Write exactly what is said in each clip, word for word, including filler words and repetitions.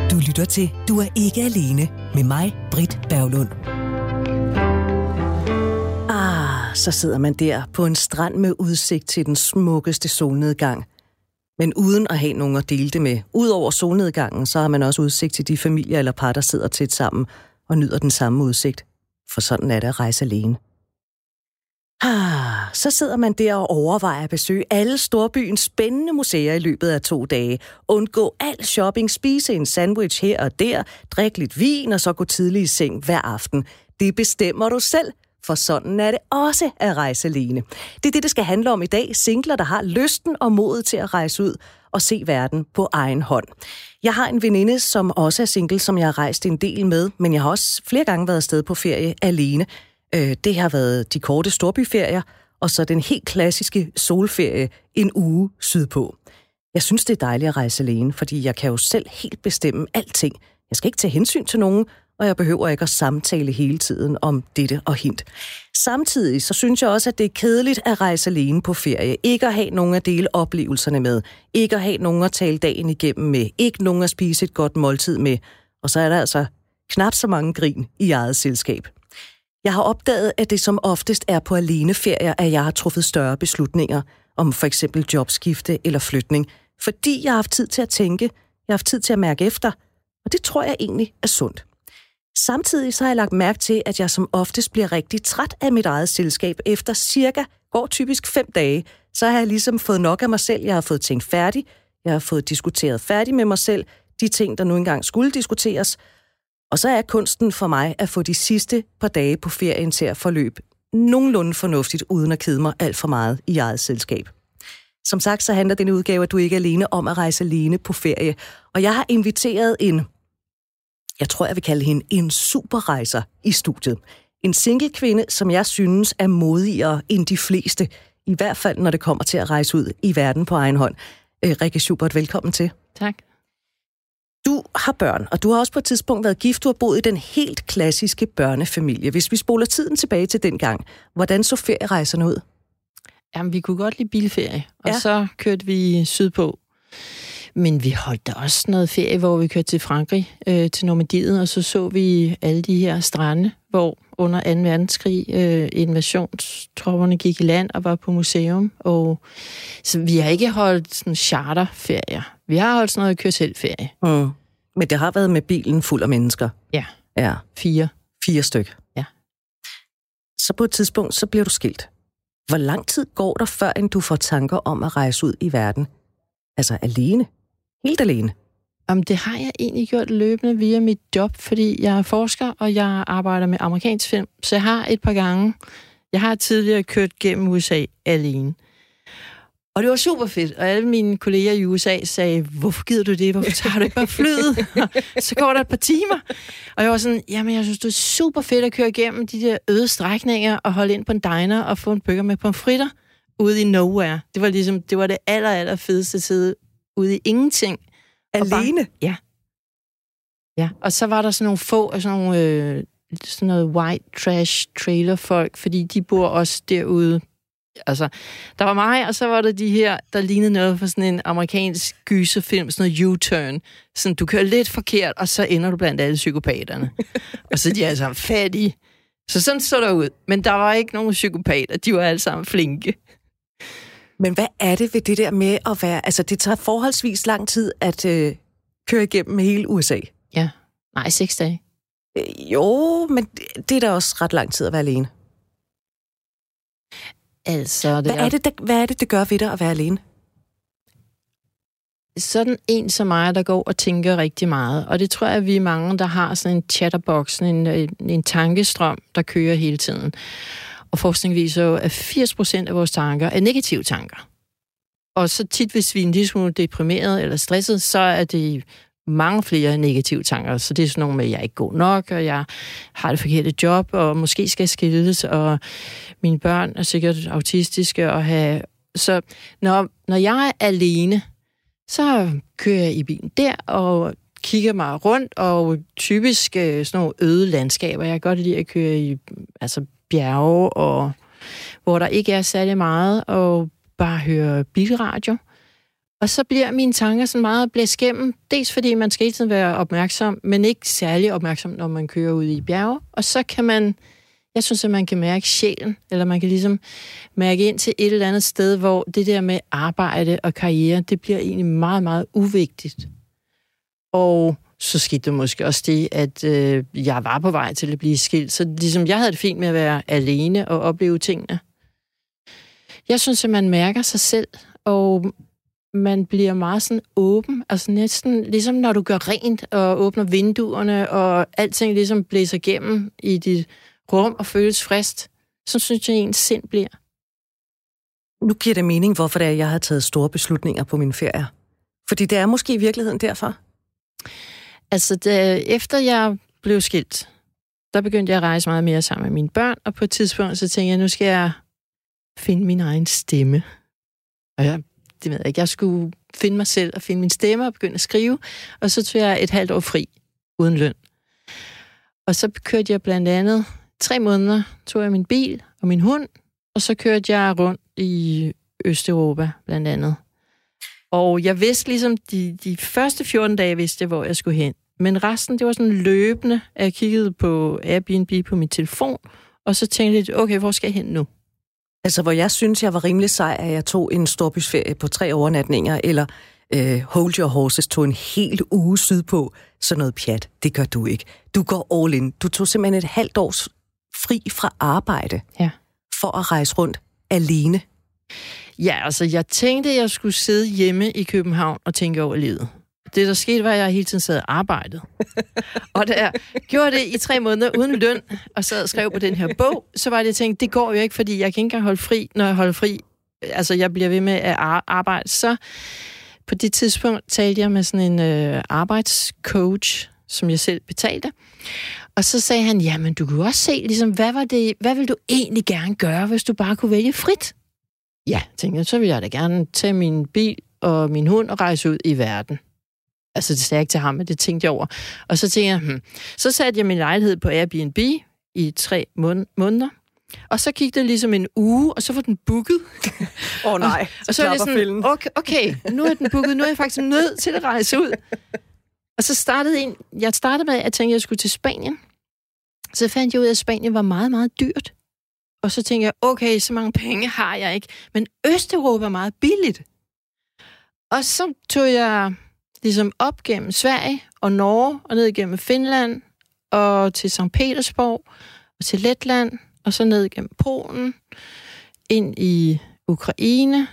Du lytter til Du er ikke alene med mig, Britt Berglund. Ah, så sidder man der på en strand med udsigt til den smukkeste solnedgang. Men uden at have nogen at dele det med. Udover solnedgangen, så har man også udsigt til de familier eller par, der sidder tæt sammen og nyder den samme udsigt. For sådan er det at rejse alene. Ah, så sidder man der og overvejer at besøge alle storbyens spændende museer i løbet af to dage. Undgå al shopping, spise en sandwich her og der, drikke lidt vin og så gå tidlig i seng hver aften. Det bestemmer du selv, for sådan er det også at rejse alene. Det er det, det skal handle om i dag. Singler, der har lysten og modet til at rejse ud og se verden på egen hånd. Jeg har en veninde, som også er single, som jeg har rejst en del med, men jeg har også flere gange været afsted på ferie alene. Det har været de korte storbyferier, og så den helt klassiske solferie en uge sydpå. Jeg synes, det er dejligt at rejse alene, fordi jeg kan jo selv helt bestemme alting. Jeg skal ikke tage hensyn til nogen, og jeg behøver ikke at samtale hele tiden om dette og hint. Samtidig så synes jeg også, at det er kedeligt at rejse alene på ferie. Ikke at have nogen at dele oplevelserne med. Ikke at have nogen at tale dagen igennem med. Ikke nogen at spise et godt måltid med. Og så er der altså knap så mange grin i eget selskab. Jeg har opdaget, at det som oftest er på aleneferier, at jeg har truffet større beslutninger om for eksempel jobskifte eller flytning, fordi jeg har haft tid til at tænke, jeg har haft tid til at mærke efter, og det tror jeg egentlig er sundt. Samtidig så har jeg lagt mærke til, at jeg som oftest bliver rigtig træt af mit eget selskab. Efter cirka, går typisk fem dage, så har jeg ligesom fået nok af mig selv. Jeg har fået tænkt færdig, jeg har fået diskuteret færdig med mig selv, de ting, der nu engang skulle diskuteres. Og så er kunsten for mig at få de sidste par dage på ferien til at forløbe nogenlunde fornuftigt, uden at kede mig alt for meget i eget selskab. Som sagt, så handler denne udgave, at du ikke er alene, om at rejse alene på ferie. Og jeg har inviteret en, jeg tror, jeg vil kalde hende en superrejser i studiet. En single kvinde, som jeg synes er modigere end de fleste, i hvert fald når det kommer til at rejse ud i verden på egen hånd. Rikke Schubert, velkommen til. Tak. Du har børn, og du har også på et tidspunkt været gift. Du har boet i den helt klassiske børnefamilie. Hvis vi spoler tiden tilbage til den gang, hvordan så ferierejserne ud? Jamen, vi kunne godt lide bilferie, og ja. Så kørte vi sydpå. Men vi holdt da også noget ferie, hvor vi kørte til Frankrig, øh, til Normandiet, og så så vi alle de her strande, hvor under anden verdenskrig øh, invasionstropperne gik i land og var på museum. Og så vi har ikke holdt sådan charterferier. Vi har holdt sådan noget kør-selv-ferie. Mm. Men det har været med bilen fuld af mennesker? Ja. Ja. Fire. Fire stykker? Ja. Så på et tidspunkt, så bliver du skilt. Hvor lang tid går der, før end du får tanker om at rejse ud i verden? Altså alene? Helt alene? Jamen, det har jeg egentlig gjort løbende via mit job, fordi jeg er forsker, og jeg arbejder med amerikansk film. Så jeg har et par gange, jeg har tidligere kørt gennem U S A alene. Og det var super fedt, og alle mine kolleger i U S A sagde, hvorfor gider du det? Hvorfor tager du ikke bare flyet? Så går der et par timer. Og jeg var sådan, jamen jeg synes, det er super fedt at køre igennem de der øde strækninger og holde ind på en diner og få en burger med pomfritter ude i nowhere. Det var ligesom, det var det aller, aller fedeste side ude i ingenting. Alene? Bare, ja. Ja, og så var der sådan nogle få af sådan nogle, øh, sådan noget white trash trailer folk, fordi de bor også derude. Altså, der var mig, og så var der de her, der lignede noget for sådan en amerikansk gyserfilm, sådan noget U-turn. Sådan, du kører lidt forkert, og så ender du blandt alle psykopaterne. Og så er de alle sammen fattige. Så sådan så der ud. Men der var ikke nogen psykopater, de var alle sammen flinke. Men hvad er det ved det der med at være... Altså, det tager forholdsvis lang tid at øh, køre igennem hele U S A. Ja. Nej, seks dage. Øh, jo, men det er da også ret lang tid at være alene. Altså, det hvad, er... er det, der, hvad er det, det gør ved dig at være alene? Sådan en som mig, der går og tænker rigtig meget. Og det tror jeg, at vi er mange, der har sådan en chatterbox, en, en tankestrøm, der kører hele tiden. Og forskning viser jo, at firs procent af vores tanker er negative tanker. Og så tit, hvis vi er en lille smule deprimeret eller stresset, så er det mange flere negative tanker. Så det er sådan nogle med, at jeg er ikke god nok, og jeg har det forkerte job, og måske skal jeg skilles, og mine børn er sikkert autistiske. Og have... Så når, når jeg er alene, så kører jeg i bilen der, og kigger mig rundt, og typisk sådan nogle øde landskaber. Jeg kan godt lide at køre i altså, bjerge, og hvor der ikke er særlig meget, og bare høre bilradio. Og så bliver mine tanker sådan meget blæst gennem, dels fordi man skal hele tiden være opmærksom, men ikke særlig opmærksom, når man kører ud i bjerge. Og så kan man, jeg synes, at man kan mærke sjælen, eller man kan ligesom mærke ind til et eller andet sted, hvor det der med arbejde og karriere, det bliver egentlig meget, meget uvigtigt. Og så skete det måske også det, at øh, jeg var på vej til at blive skilt. Så ligesom jeg havde det fint med at være alene og opleve tingene. Jeg synes, at man mærker sig selv, og man bliver meget sådan åben. Altså næsten ligesom når du gør rent og åbner vinduerne, og alting ligesom blæser igennem i dit rum og føles frist. Så synes jeg, at ens sind bliver. Nu giver det mening, hvorfor det er, jeg har taget store beslutninger på min ferie. Fordi det er måske i virkeligheden derfor. Altså, da, efter jeg blev skilt, der begyndte jeg at rejse meget mere sammen med mine børn, og på et tidspunkt, så tænkte jeg, nu skal jeg finde min egen stemme. Og jeg, det ved jeg ikke, jeg skulle finde mig selv og finde min stemme og begynde at skrive, og så tog jeg et halvt år fri, uden løn. Og så kørte jeg blandt andet tre måneder, tog jeg min bil og min hund, og så kørte jeg rundt i Østeuropa, blandt andet. Og jeg vidste ligesom, de, de første fjorten dage vidste jeg, hvor jeg skulle hen. Men resten, det var sådan løbende, at jeg kiggede på Airbnb på min telefon, og så tænkte jeg, okay, hvor skal jeg hen nu? Altså, hvor jeg synes, jeg var rimelig sej, at jeg tog en storbysferie på tre overnatninger, eller øh, Hold Your Horses tog en hel uge sydpå. Sådan noget pjat, det gør du ikke. Du går all in. Du tog simpelthen et halvt års fri fra arbejde, ja, for at rejse rundt alene. Ja, altså, jeg tænkte, at jeg skulle sidde hjemme i København og tænke over livet. Det, der skete, var, at jeg hele tiden sad og arbejdede. Og da jeg gjorde det i tre måneder uden løn, og sad og skrev på den her bog, så var det, jeg tænkte, det går jo ikke, fordi jeg kan ikke engang holde fri, når jeg holder fri. Altså, jeg bliver ved med at arbejde. Så på det tidspunkt talte jeg med sådan en øh, arbejdscoach, som jeg selv betalte. Og så sagde han, jamen, du kunne også se, ligesom, hvad, var det, hvad vil du egentlig gerne gøre, hvis du bare kunne vælge frit? Ja, tænkte jeg, så vil jeg da gerne tage min bil og min hund og rejse ud i verden. Altså, det sagde jeg ikke til ham, men det tænkte jeg over. Og så tænkte jeg, hmm. så satte jeg min lejlighed på Airbnb i tre måneder. Og så gik det ligesom en uge, og så var den booket. Åh oh, nej, og, og så var jeg sådan, okay, okay, nu er den booket, nu er jeg faktisk nødt til at rejse ud. Og så startede en, jeg startede med, at jeg tænkte, at jeg skulle til Spanien. Så fandt jeg ud af, at Spanien var meget, meget dyrt. Og så tænkte jeg, okay, så mange penge har jeg ikke. Men Østeuropa er meget billigt. Og så tog jeg ligesom op gennem Sverige og Norge, og ned gennem Finland, og til Sankt Petersborg, og til Letland, og så ned gennem Polen, ind i Ukraine,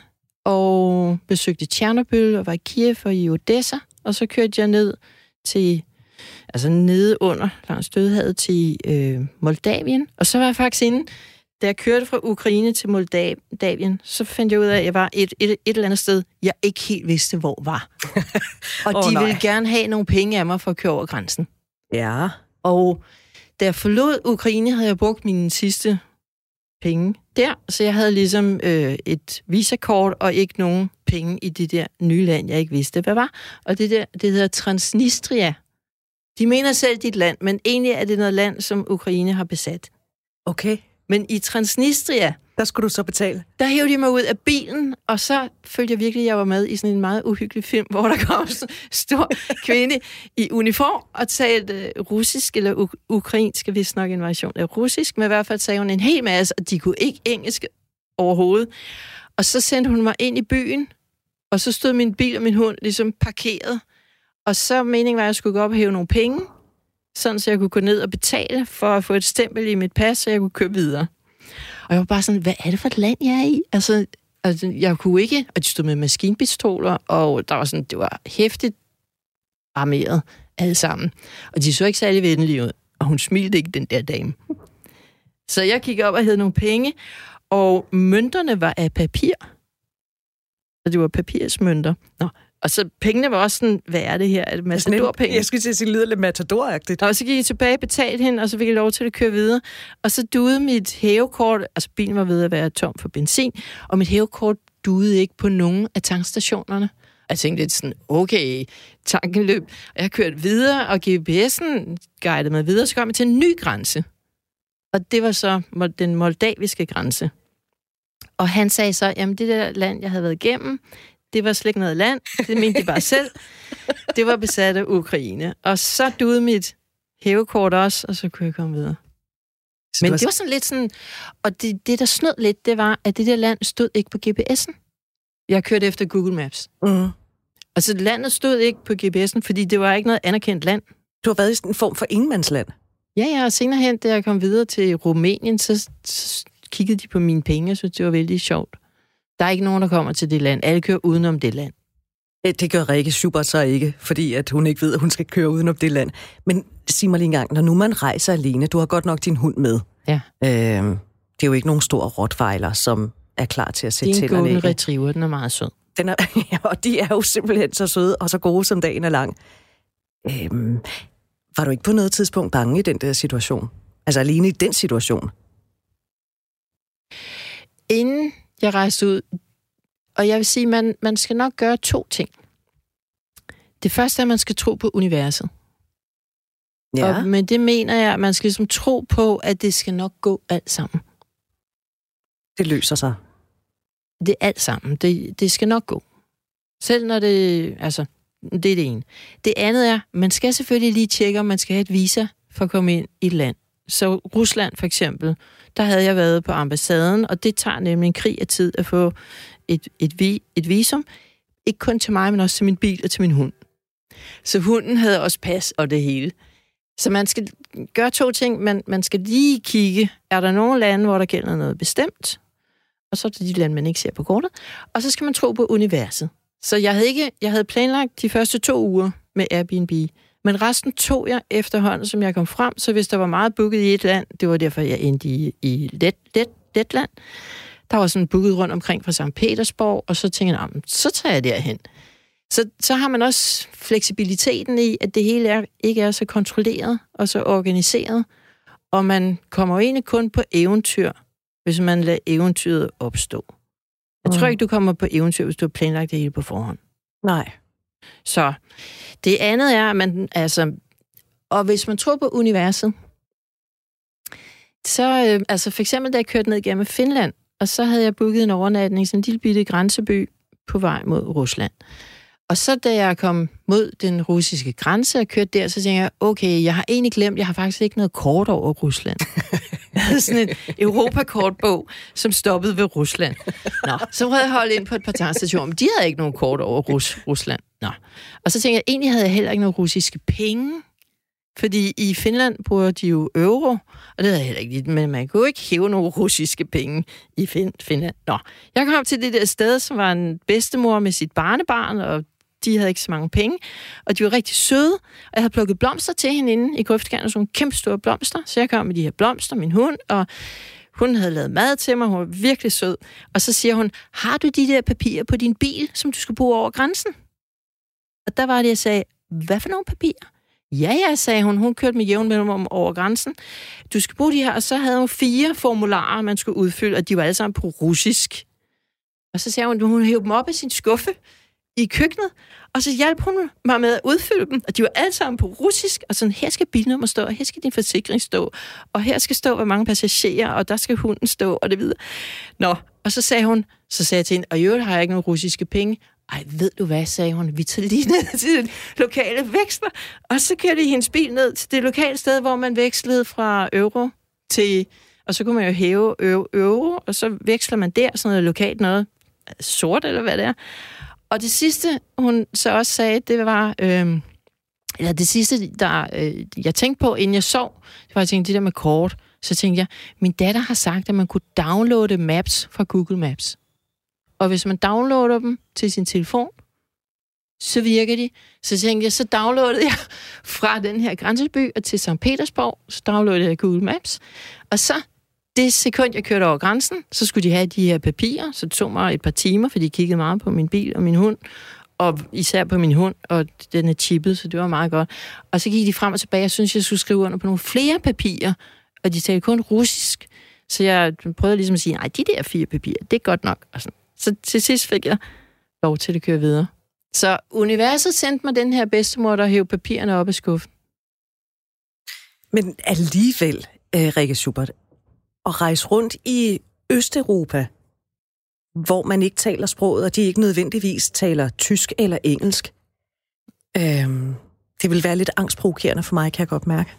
og besøgte Tjernobyl, og var i Kiev og i Odessa, og så kørte jeg ned til, altså nede under, langs Dødehavet, til øh, Moldavien, og så var jeg faktisk inde. Da jeg kørte fra Ukraine til Moldavien, så fandt jeg ud af, at jeg var et, et, et eller andet sted, jeg ikke helt vidste, hvor var. Og oh, de nej. ville gerne have nogle penge af mig for at køre over grænsen. Ja. Og da jeg forlod Ukraine, havde jeg brugt mine sidste penge der, så jeg havde ligesom øh, et visakort og ikke nogen penge i det der nye land, jeg ikke vidste, hvad var. Og det der, det hedder Transnistria. De mener selv dit land, men egentlig er det noget land, som Ukraine har besat. Okay. Men i Transnistria, der skulle du så betale? Der hævde de mig ud af bilen, og så følte jeg virkelig, at jeg var med i sådan en meget uhyggelig film, hvor der kom en stor kvinde i uniform og talte russisk, eller u- ukrainsk, hvis nok en variation af russisk, men i hvert fald sagde hun en hel masse, og de kunne ikke engelsk overhovedet. Og så sendte hun mig ind i byen, og så stod min bil og min hund ligesom parkeret. Og så meningen var, at jeg skulle gå op og hæve nogle penge, sådan så jeg kunne gå ned og betale for at få et stempel i mit pas, så jeg kunne køre videre. Og jeg var bare sådan, hvad er det for et land, jeg er i? Altså, altså jeg kunne ikke, og de stod med maskinpistoler, og der var sådan, det var hæftigt armeret alle sammen. Og de så ikke særlig venlige ud, og hun smilte ikke, den der dame. Så jeg kiggede op og havde nogle penge, og mønterne var af papir. Så det var papirsmønter. Nå. Og så pengene var også sådan, hvad er det her? Er det matadorpenge? Jeg skulle til at sige, lyder lidt matadoragtigt. Og så gik jeg tilbage, betalte hende, og så fik jeg lov til at køre videre. Og så duede mit hævekort, altså bilen var ved at være tom for benzin, og mit hævekort duede ikke på nogen af tankstationerne. Og jeg tænkte lidt sådan, okay, tankeløb. Og jeg kørte videre, og G P S'en guidede mig videre, så kom jeg til en ny grænse. Og det var så den moldaviske grænse. Og han sagde så, jamen det der land, jeg havde været igennem, det var slet ikke noget land. Det mente de bare selv. Det var besat af Ukraine. Og så duede mit hævekort også, og så kunne jeg komme videre. Så Men det var, det var sådan lidt sådan... Og det, det, der snød lidt, det var, at det der land stod ikke på G P S'en. Jeg kørte efter Google Maps. Mm. Altså, landet stod ikke på G P S'en, fordi det var ikke noget anerkendt land. Du har været i sådan en form for ingenmandsland. Ja, ja, og senere hen, da jeg kom videre til Rumænien, så, så kiggede de på mine penge, og syntes, det var vældig sjovt. Der er ikke nogen, der kommer til det land. Alle kører udenom det land. Det gør Rikke Schubert så ikke, fordi at hun ikke ved, at hun skal køre udenom det land. Men sig mig lige en gang, når nu man rejser alene, du har godt nok din hund med. Ja. Øhm, det er jo ikke nogen stor rottweiler, som er klar til at sætte tænderne i. Det er en golden retriever, den er meget sød. Den er, ja, og de er jo simpelthen så søde og så gode, som dagen er lang. Øhm, var du ikke på noget tidspunkt bange i den der situation? Altså alene i den situation? Inden jeg rejste ud, og jeg vil sige, man, man skal nok gøre to ting. Det første er, at man skal tro på universet. Ja. Og med det mener jeg, at man skal ligesom tro på, at det skal nok gå alt sammen. Det løser sig. Det er alt sammen. Det, det skal nok gå. Selv når det... Altså, det er det ene. Det andet er, man skal selvfølgelig lige tjekke, om man skal have et visa for at komme ind i et land. Så Rusland for eksempel, der havde jeg været på ambassaden, og det tager nemlig en krig af tid at få et, et, vi, et visum. Ikke kun til mig, men også til min bil og til min hund. Så hunden havde også pas og det hele. Så man skal gøre to ting. Man, man skal lige kigge, er der nogle lande, hvor der gælder noget bestemt? Og så er det de lande, man ikke ser på kortet. Og så skal man tro på universet. Så jeg havde, ikke, jeg havde planlagt de første to uger med Airbnb. Men resten tog jeg efterhånden, som jeg kom frem. Så hvis der var meget booket i et land, det var derfor, jeg endte i, i Let, Let, Letland. Der var sådan booket rundt omkring fra Sankt Petersborg, og så tænkte jeg, så tager jeg derhen. Så, så har man også fleksibiliteten i, at det hele er, ikke er så kontrolleret og så organiseret. Og man kommer jo egentlig kun på eventyr, hvis man lader eventyret opstå. Jeg tror ikke, du kommer på eventyr, hvis du har planlagt det hele på forhånd. Nej. Så det andet er, at man, altså, og hvis man tror på universet, så, øh, altså for eksempel, da jeg kørte ned gennem Finland, og så havde jeg booket en overnatning i sådan en lille bitte grænseby på vej mod Rusland. Og så da jeg kom mod den russiske grænse og kørte der, så tænkte jeg, okay, jeg har egentlig glemt, jeg har faktisk ikke noget kort over Rusland. Jeg havde sådan en Europakortbog, som stoppede ved Rusland. Nå, så prøvede jeg at holde ind på et par tankstationer, men de havde ikke nogen kort over Rus- Rusland. Nå. Og så tænkte jeg, egentlig havde jeg heller ikke nogen russiske penge, fordi i Finland bruger de jo euro, og det havde jeg heller ikke, men man kunne ikke hæve nogle russiske penge i fin- Finland. Nå, jeg kom til det der sted, som var en bedstemor med sit barnebarn, og de havde ikke så mange penge, og de var rigtig søde, og jeg havde plukket blomster til hende inde i grøftekanten, sådan nogle kæmpe store blomster, så jeg kom med de her blomster, min hund, og hun havde lavet mad til mig, hun var virkelig sød, og så siger hun, har du de der papirer på din bil, som du skal bruge over grænsen? Og der var det, jeg sagde, hvad for nogle papirer? Ja, ja, sagde hun. Hun kørte med jævn mellemrum over grænsen. Du skal bruge de her, og så havde hun fire formularer, man skulle udfylde, og de var alle sammen på russisk. Og så sagde hun, at hun hævde dem op af sin skuffe i køkkenet, og så hjalp hun mig med at udfylde dem, og de var alle sammen på russisk, og sådan, her skal bilnummer stå, og her skal din forsikring stå, og her skal stå, hvor mange passagerer, og der skal hunden stå, og det videre. Nå, og så sagde hun, så sagde jeg til hende, og i øvrigt har jeg ikke nogen russiske penge. Ej, ved du hvad, sagde hun, vi tager lige ned til den lokale veksler, og så kørte de hendes bil ned til det lokale sted, hvor man vekslede fra euro til, og så kunne man jo hæve euro, euro og så veksler man der, sådan noget lokalt noget, sort eller hvad det er. Og det sidste, hun så også sagde, det var, øh, eller det sidste, der øh, jeg tænkte på, inden jeg sov, det var, jeg tænkte, det der med kort, så tænkte jeg, min datter har sagt, at man kunne downloade maps fra Google Maps. Og hvis man downloader dem til sin telefon, så virker de. Så tænkte jeg, så downloadede jeg fra den her grænseby og til Sankt Petersborg, så downloadede jeg Google Maps. Og så, det sekund, jeg kørte over grænsen, så skulle de have de her papirer, så det tog mig et par timer, for de kiggede meget på min bil og min hund, og især på min hund, og den er chippet, så det var meget godt. Og så gik de frem og tilbage, jeg synes, jeg skulle skrive under på nogle flere papirer, og de talte kun russisk. Så jeg prøvede ligesom at sige, nej, de der fire papirer, det er godt nok, og sådan. Så til sidst fik jeg lov til at køre videre. Så universet sendte mig den her bedstemor, der hævde papirerne op af skuffen. Men alligevel, øh, Rikke Schubert, at rejse rundt i Østeuropa, hvor man ikke taler sproget, og de ikke nødvendigvis taler tysk eller engelsk. Øhm, det vil være lidt angstprovokerende for mig, kan jeg godt mærke.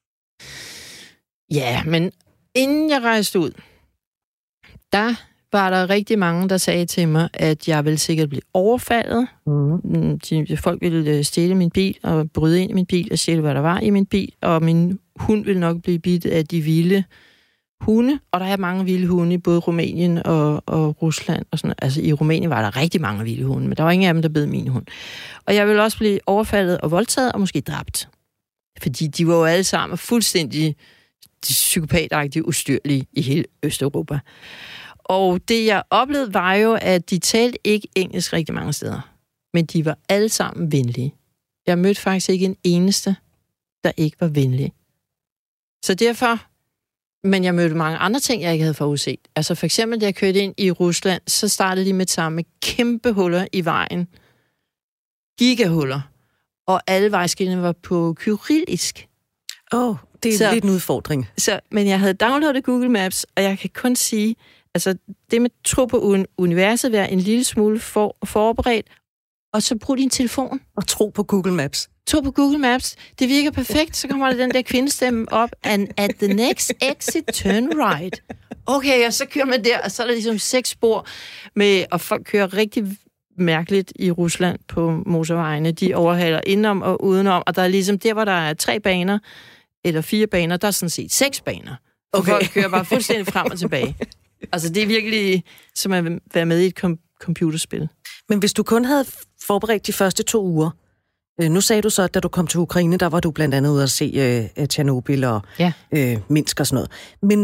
Ja, men inden jeg rejste ud, der var der rigtig mange, der sagde til mig, at jeg ville sikkert blive overfaldet. Mm. De, folk ville stjæle min bil og bryde ind i min bil og stjæle, hvad der var i min bil, og min hund ville nok blive bidt af de vilde hunde, og der er mange vilde hunde i både Rumænien og, og Rusland. Og sådan. Altså i Rumænien var der rigtig mange vilde hunde, men der var ingen af dem, der bed min hund. Og jeg ville også blive overfaldet og voldtaget og måske dræbt. Fordi de var jo alle sammen fuldstændig psykopatagtige, ustyrlige i hele Østeuropa. Og det, jeg oplevede, var jo, at de talte ikke engelsk rigtig mange steder. Men de var alle sammen venlige. Jeg mødte faktisk ikke en eneste, der ikke var venlig. Så derfor... Men jeg mødte mange andre ting, jeg ikke havde forudset. Altså for eksempel, da jeg kørte ind i Rusland, så startede de med samme kæmpe huller i vejen. Gigahuller. Og alle vejskilte var på kyrillisk. Åh, oh, det er så, lidt en udfordring. Så, men jeg havde downloadet Google Maps, og jeg kan kun sige, altså det med tro på un- universet, være en lille smule for- forberedt, og så brug din telefon. Og tro på Google Maps. Tro på Google Maps. Det virker perfekt. Så kommer der den der kvindestemme op. And at the next exit, turn right. Okay, og så kører man der, og så er der ligesom seks spor med, og folk kører rigtig mærkeligt i Rusland på motorvejene. De overhaler indenom og udenom, og der er ligesom, der hvor der er tre baner, eller fire baner, der er sådan set seks baner. Og okay. Folk kører bare fuldstændig frem og tilbage. Altså, det er virkelig som at være med i et kom- computerspil. Men hvis du kun havde forberedt de første to uger, øh, nu sagde du så, at da du kom til Ukraine, der var du blandt andet ude at se øh, Tjernobyl og ja. øh, Minsk og sådan noget. Men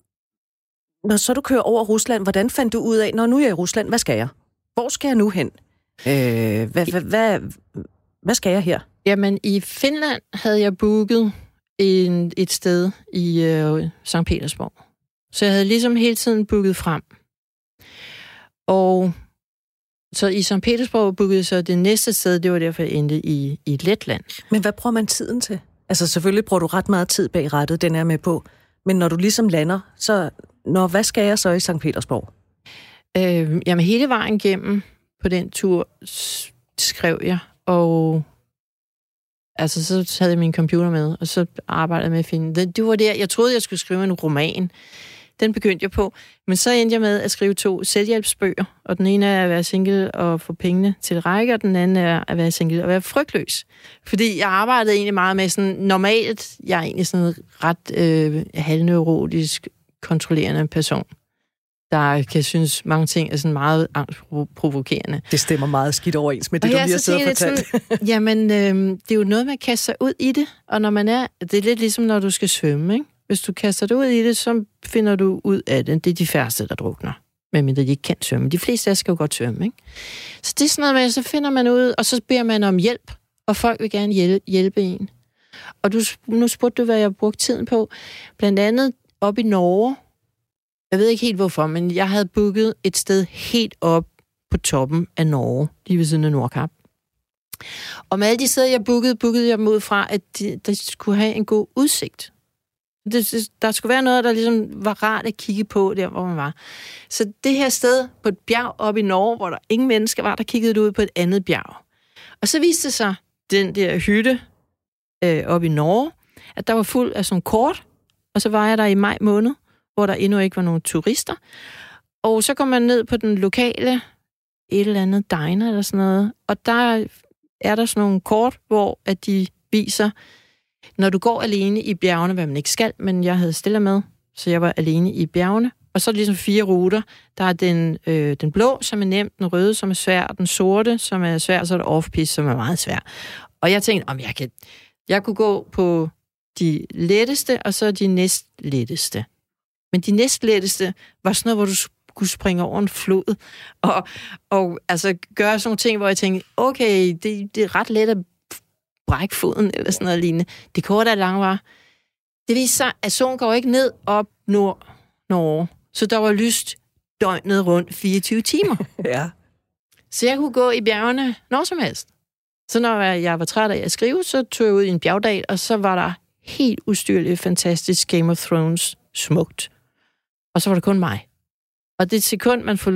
når så du kører over Rusland, hvordan fandt du ud af, når nu er jeg i Rusland, hvad skal jeg? Hvor skal jeg nu hen? Øh, hvad, hvad, hvad, hvad skal jeg her? Jamen, i Finland havde jeg booket en, et sted i øh, Sankt Petersborg. Så jeg havde ligesom hele tiden booket frem. Og så i Sankt Petersborg bookede så det næste sted, det var derfor, jeg endte i, i Letland. Men hvad bruger man tiden til? Altså selvfølgelig bruger du ret meget tid bag rattet, den er med på. Men når du ligesom lander, så når, hvad skal jeg så i Sankt Petersborg? Øh, jamen hele vejen igennem på den tur skrev jeg, og altså så havde jeg min computer med, og så arbejdede jeg med at finde det. Det var der, jeg troede, jeg skulle skrive en roman. Den begyndte jeg på. Men så endte jeg med at skrive to selvhjælpsbøger, og den ene er at være single og få pengene til række, og den anden er at være single og være frygtløs. Fordi jeg arbejdede egentlig meget med sådan, normalt, jeg er egentlig sådan en ret øh, halvneurotisk kontrollerende person, der kan synes, mange ting er sådan meget angstprovokerende. Det stemmer meget skidt overens med det, du lige har siddet og fortalt. Sådan, jamen, øh, det er jo noget, man kaster sig ud i det, og når man er, det er lidt ligesom, når du skal svømme, ikke? Hvis du kaster dig ud i det, så finder du ud af det. Det er de færreste, der drukner, medmindre de ikke kan svømme. De fleste af os skal jo godt svømme, ikke? Så det er sådan noget med, så finder man ud, og så beder man om hjælp, og folk vil gerne hjælpe, hjælpe en. Og du, nu spurgte du, hvad jeg brugte tiden på. Blandt andet op i Norge. Jeg ved ikke helt hvorfor, men jeg havde booket et sted helt op på toppen af Norge, lige ved siden af Nordkap. Og med alle de steder, jeg bookede, bookede jeg dem ud fra, at de, de skulle have en god udsigt. Det, der skulle være noget, der ligesom var rart at kigge på, der hvor man var. Så det her sted på et bjerg oppe i Norge, hvor der ingen mennesker var, der kiggede ud på et andet bjerg. Og så viste det sig, den der hytte øh, oppe i Norge, at der var fuld af sådan kort, og så var jeg der i maj måned, hvor der endnu ikke var nogen turister. Og så kom man ned på den lokale, et eller andet diner eller sådan noget, og der er der sådan nogle kort, hvor at de viser, når du går alene i bjergene, hvad man ikke skal, men jeg havde stille med, så jeg var alene i bjergene. Og så er det ligesom fire ruter. Der er den, øh, den blå, som er nem, den røde, som er svær, den sorte, som er svær, og så er der off-piste, som er meget svær. Og jeg tænkte, om jeg kan, jeg kunne gå på de letteste, og så de næstletteste. Men de næstletteste var sådan noget, hvor du skulle springe over en flod, og, og altså gøre sådan nogle ting, hvor jeg tænkte, okay, det, det er ret let at brække foden, eller sådan noget lignende. Det korte og lange var, det viste sig, at solen går ikke ned op nord Norge, så der var lyst døgnet rundt fireogtyve timer. Ja. Så jeg kunne gå i bjergene når som helst. Så når jeg var træt af at skrive, så tog jeg ud i en bjergdal, og så var der helt ustyrligt fantastisk Game of Thrones smukt. Og så var det kun mig. Og det sekund, man forlod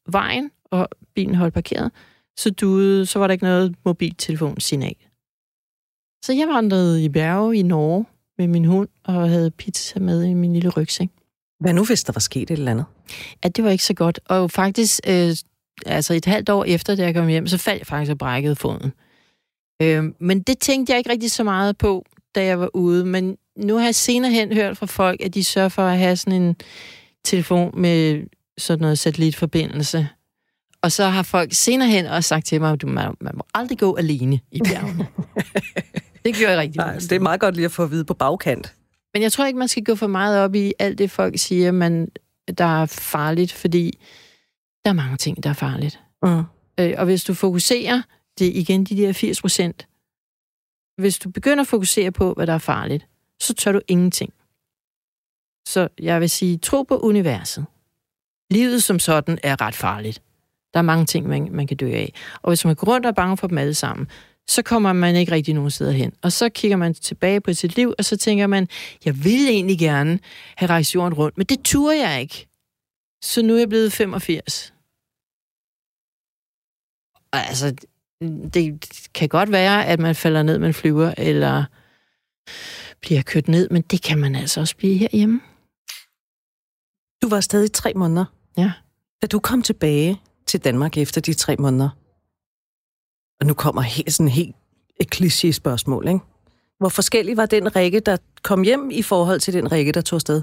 vejen, og bilen holdt parkeret, så duede, så var der ikke noget mobiltelefonsignal. Så jeg vandrede i bjerge i Norge med min hund, og havde pizza med i min lille rygsæk. Hvad nu, hvis der var sket et eller andet? Ja, det var ikke så godt. Og faktisk, øh, altså et halvt år efter, da jeg kom hjem, så faldt jeg faktisk og brækkede foden. Øh, men det tænkte jeg ikke rigtig så meget på, da jeg var ude. Men nu har jeg senere hen hørt fra folk, at de sørger for at have sådan en telefon med sådan noget satellitforbindelse. Og så har folk senere hen også sagt til mig, at man, man må aldrig gå alene i bjergene. Det gjorde jeg rigtig meget. Det er meget godt lige at få at vide på bagkant. Men jeg tror ikke, man skal gå for meget op i alt det, folk siger, man, der er farligt, fordi der er mange ting, der er farligt. Mm. Øh, og hvis du fokuserer, det er igen de der firs procent, hvis du begynder at fokusere på, hvad der er farligt, så tør du ingenting. Så jeg vil sige, tro på universet. Livet som sådan er ret farligt. Der er mange ting, man, man kan dø af. Og hvis man går rundt og er bange for dem alle sammen, så kommer man ikke rigtig nogen steder hen. Og så kigger man tilbage på sit liv, og så tænker man, jeg ville egentlig gerne have rejst jorden rundt, men det turde jeg ikke. Så nu er jeg blevet femogfirs. Og altså, det kan godt være, at man falder ned med en flyver, eller bliver kørt ned, men det kan man altså også blive herhjemme. Du var stadig tre måneder. Ja. Da du kom tilbage til Danmark efter de tre måneder, og nu kommer helt, sådan helt et kliché-spørgsmål, ikke? Hvor forskellig var den Rikke, der kom hjem, i forhold til den Rikke, der tog afsted?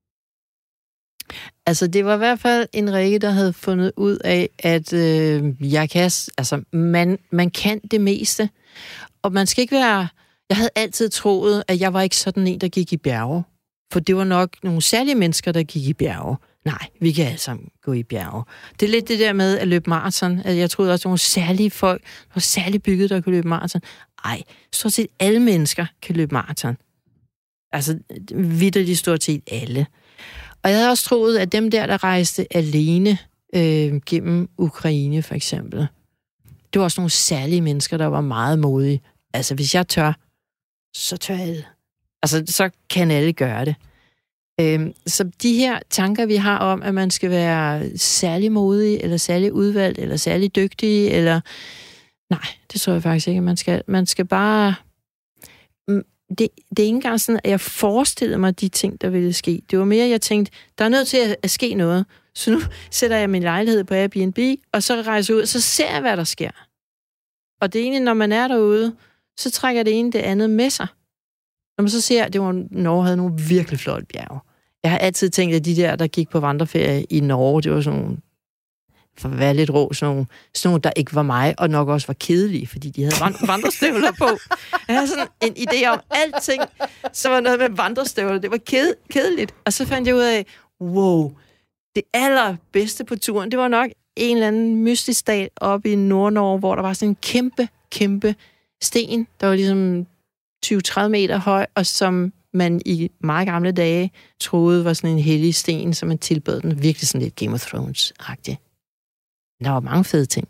Altså, det var i hvert fald en Rikke, der havde fundet ud af, at øh, jeg kan, altså, man, man kan det meste. Og man skal ikke være... Jeg havde altid troet, at jeg var ikke sådan en, der gik i bjerge. For det var nok nogle særlige mennesker, der gik i bjerge. Nej, vi kan alle sammen gå i bjerge. Det er lidt det der med at løbe maraton. Jeg troede også, at nogle særlige folk, der var særligt bygget, der kunne løbe maraton. Ej, stort set alle mennesker kan løbe maraton. Altså, vitterligt stort set alle. Og jeg havde også troet, at dem der, der rejste alene øh, gennem Ukraine, for eksempel, det var også nogle særlige mennesker, der var meget modige. Altså, hvis jeg tør, så tør alle. Altså, så kan alle gøre det. Øhm, så de her tanker, vi har om, at man skal være særlig modig, eller særlig udvalgt, eller særlig dygtig, eller... Nej, det tror jeg faktisk ikke, man skal. Man skal bare... Det, det er ikke engang sådan, at jeg forestillede mig de ting, der ville ske. Det var mere, at jeg tænkte, der er nødt til at, at ske noget. Så nu sætter jeg min lejlighed på Airbnb, og så rejser ud, og så ser jeg, hvad der sker. Og det ene, når man er derude, så trækker det ene det andet med sig. Når man så ser, at det var, Norge havde nogle virkelig flotte bjerge. Jeg har altid tænkt, at de der, der gik på vandreferie i Norge, det var sådan nogle, for at være lidt rå, sådan nogle, sådan nogle, der ikke var mig, og nok også var kedelige, fordi de havde vandrestøvler på. Jeg havde sådan en idé om alting, så var noget med vandrestøvler. Det var ked, kedeligt. Og så fandt jeg ud af, wow, det allerbedste på turen, det var nok en eller anden mystisk dal oppe i Nord-Norge, hvor der var sådan en kæmpe, kæmpe sten, der var ligesom tyve til tredive meter høj, og som man i meget gamle dage troede var sådan en hellig sten, som man tilbød den. Virkelig sådan lidt Game of Thrones-agtigt. Der var mange fede ting.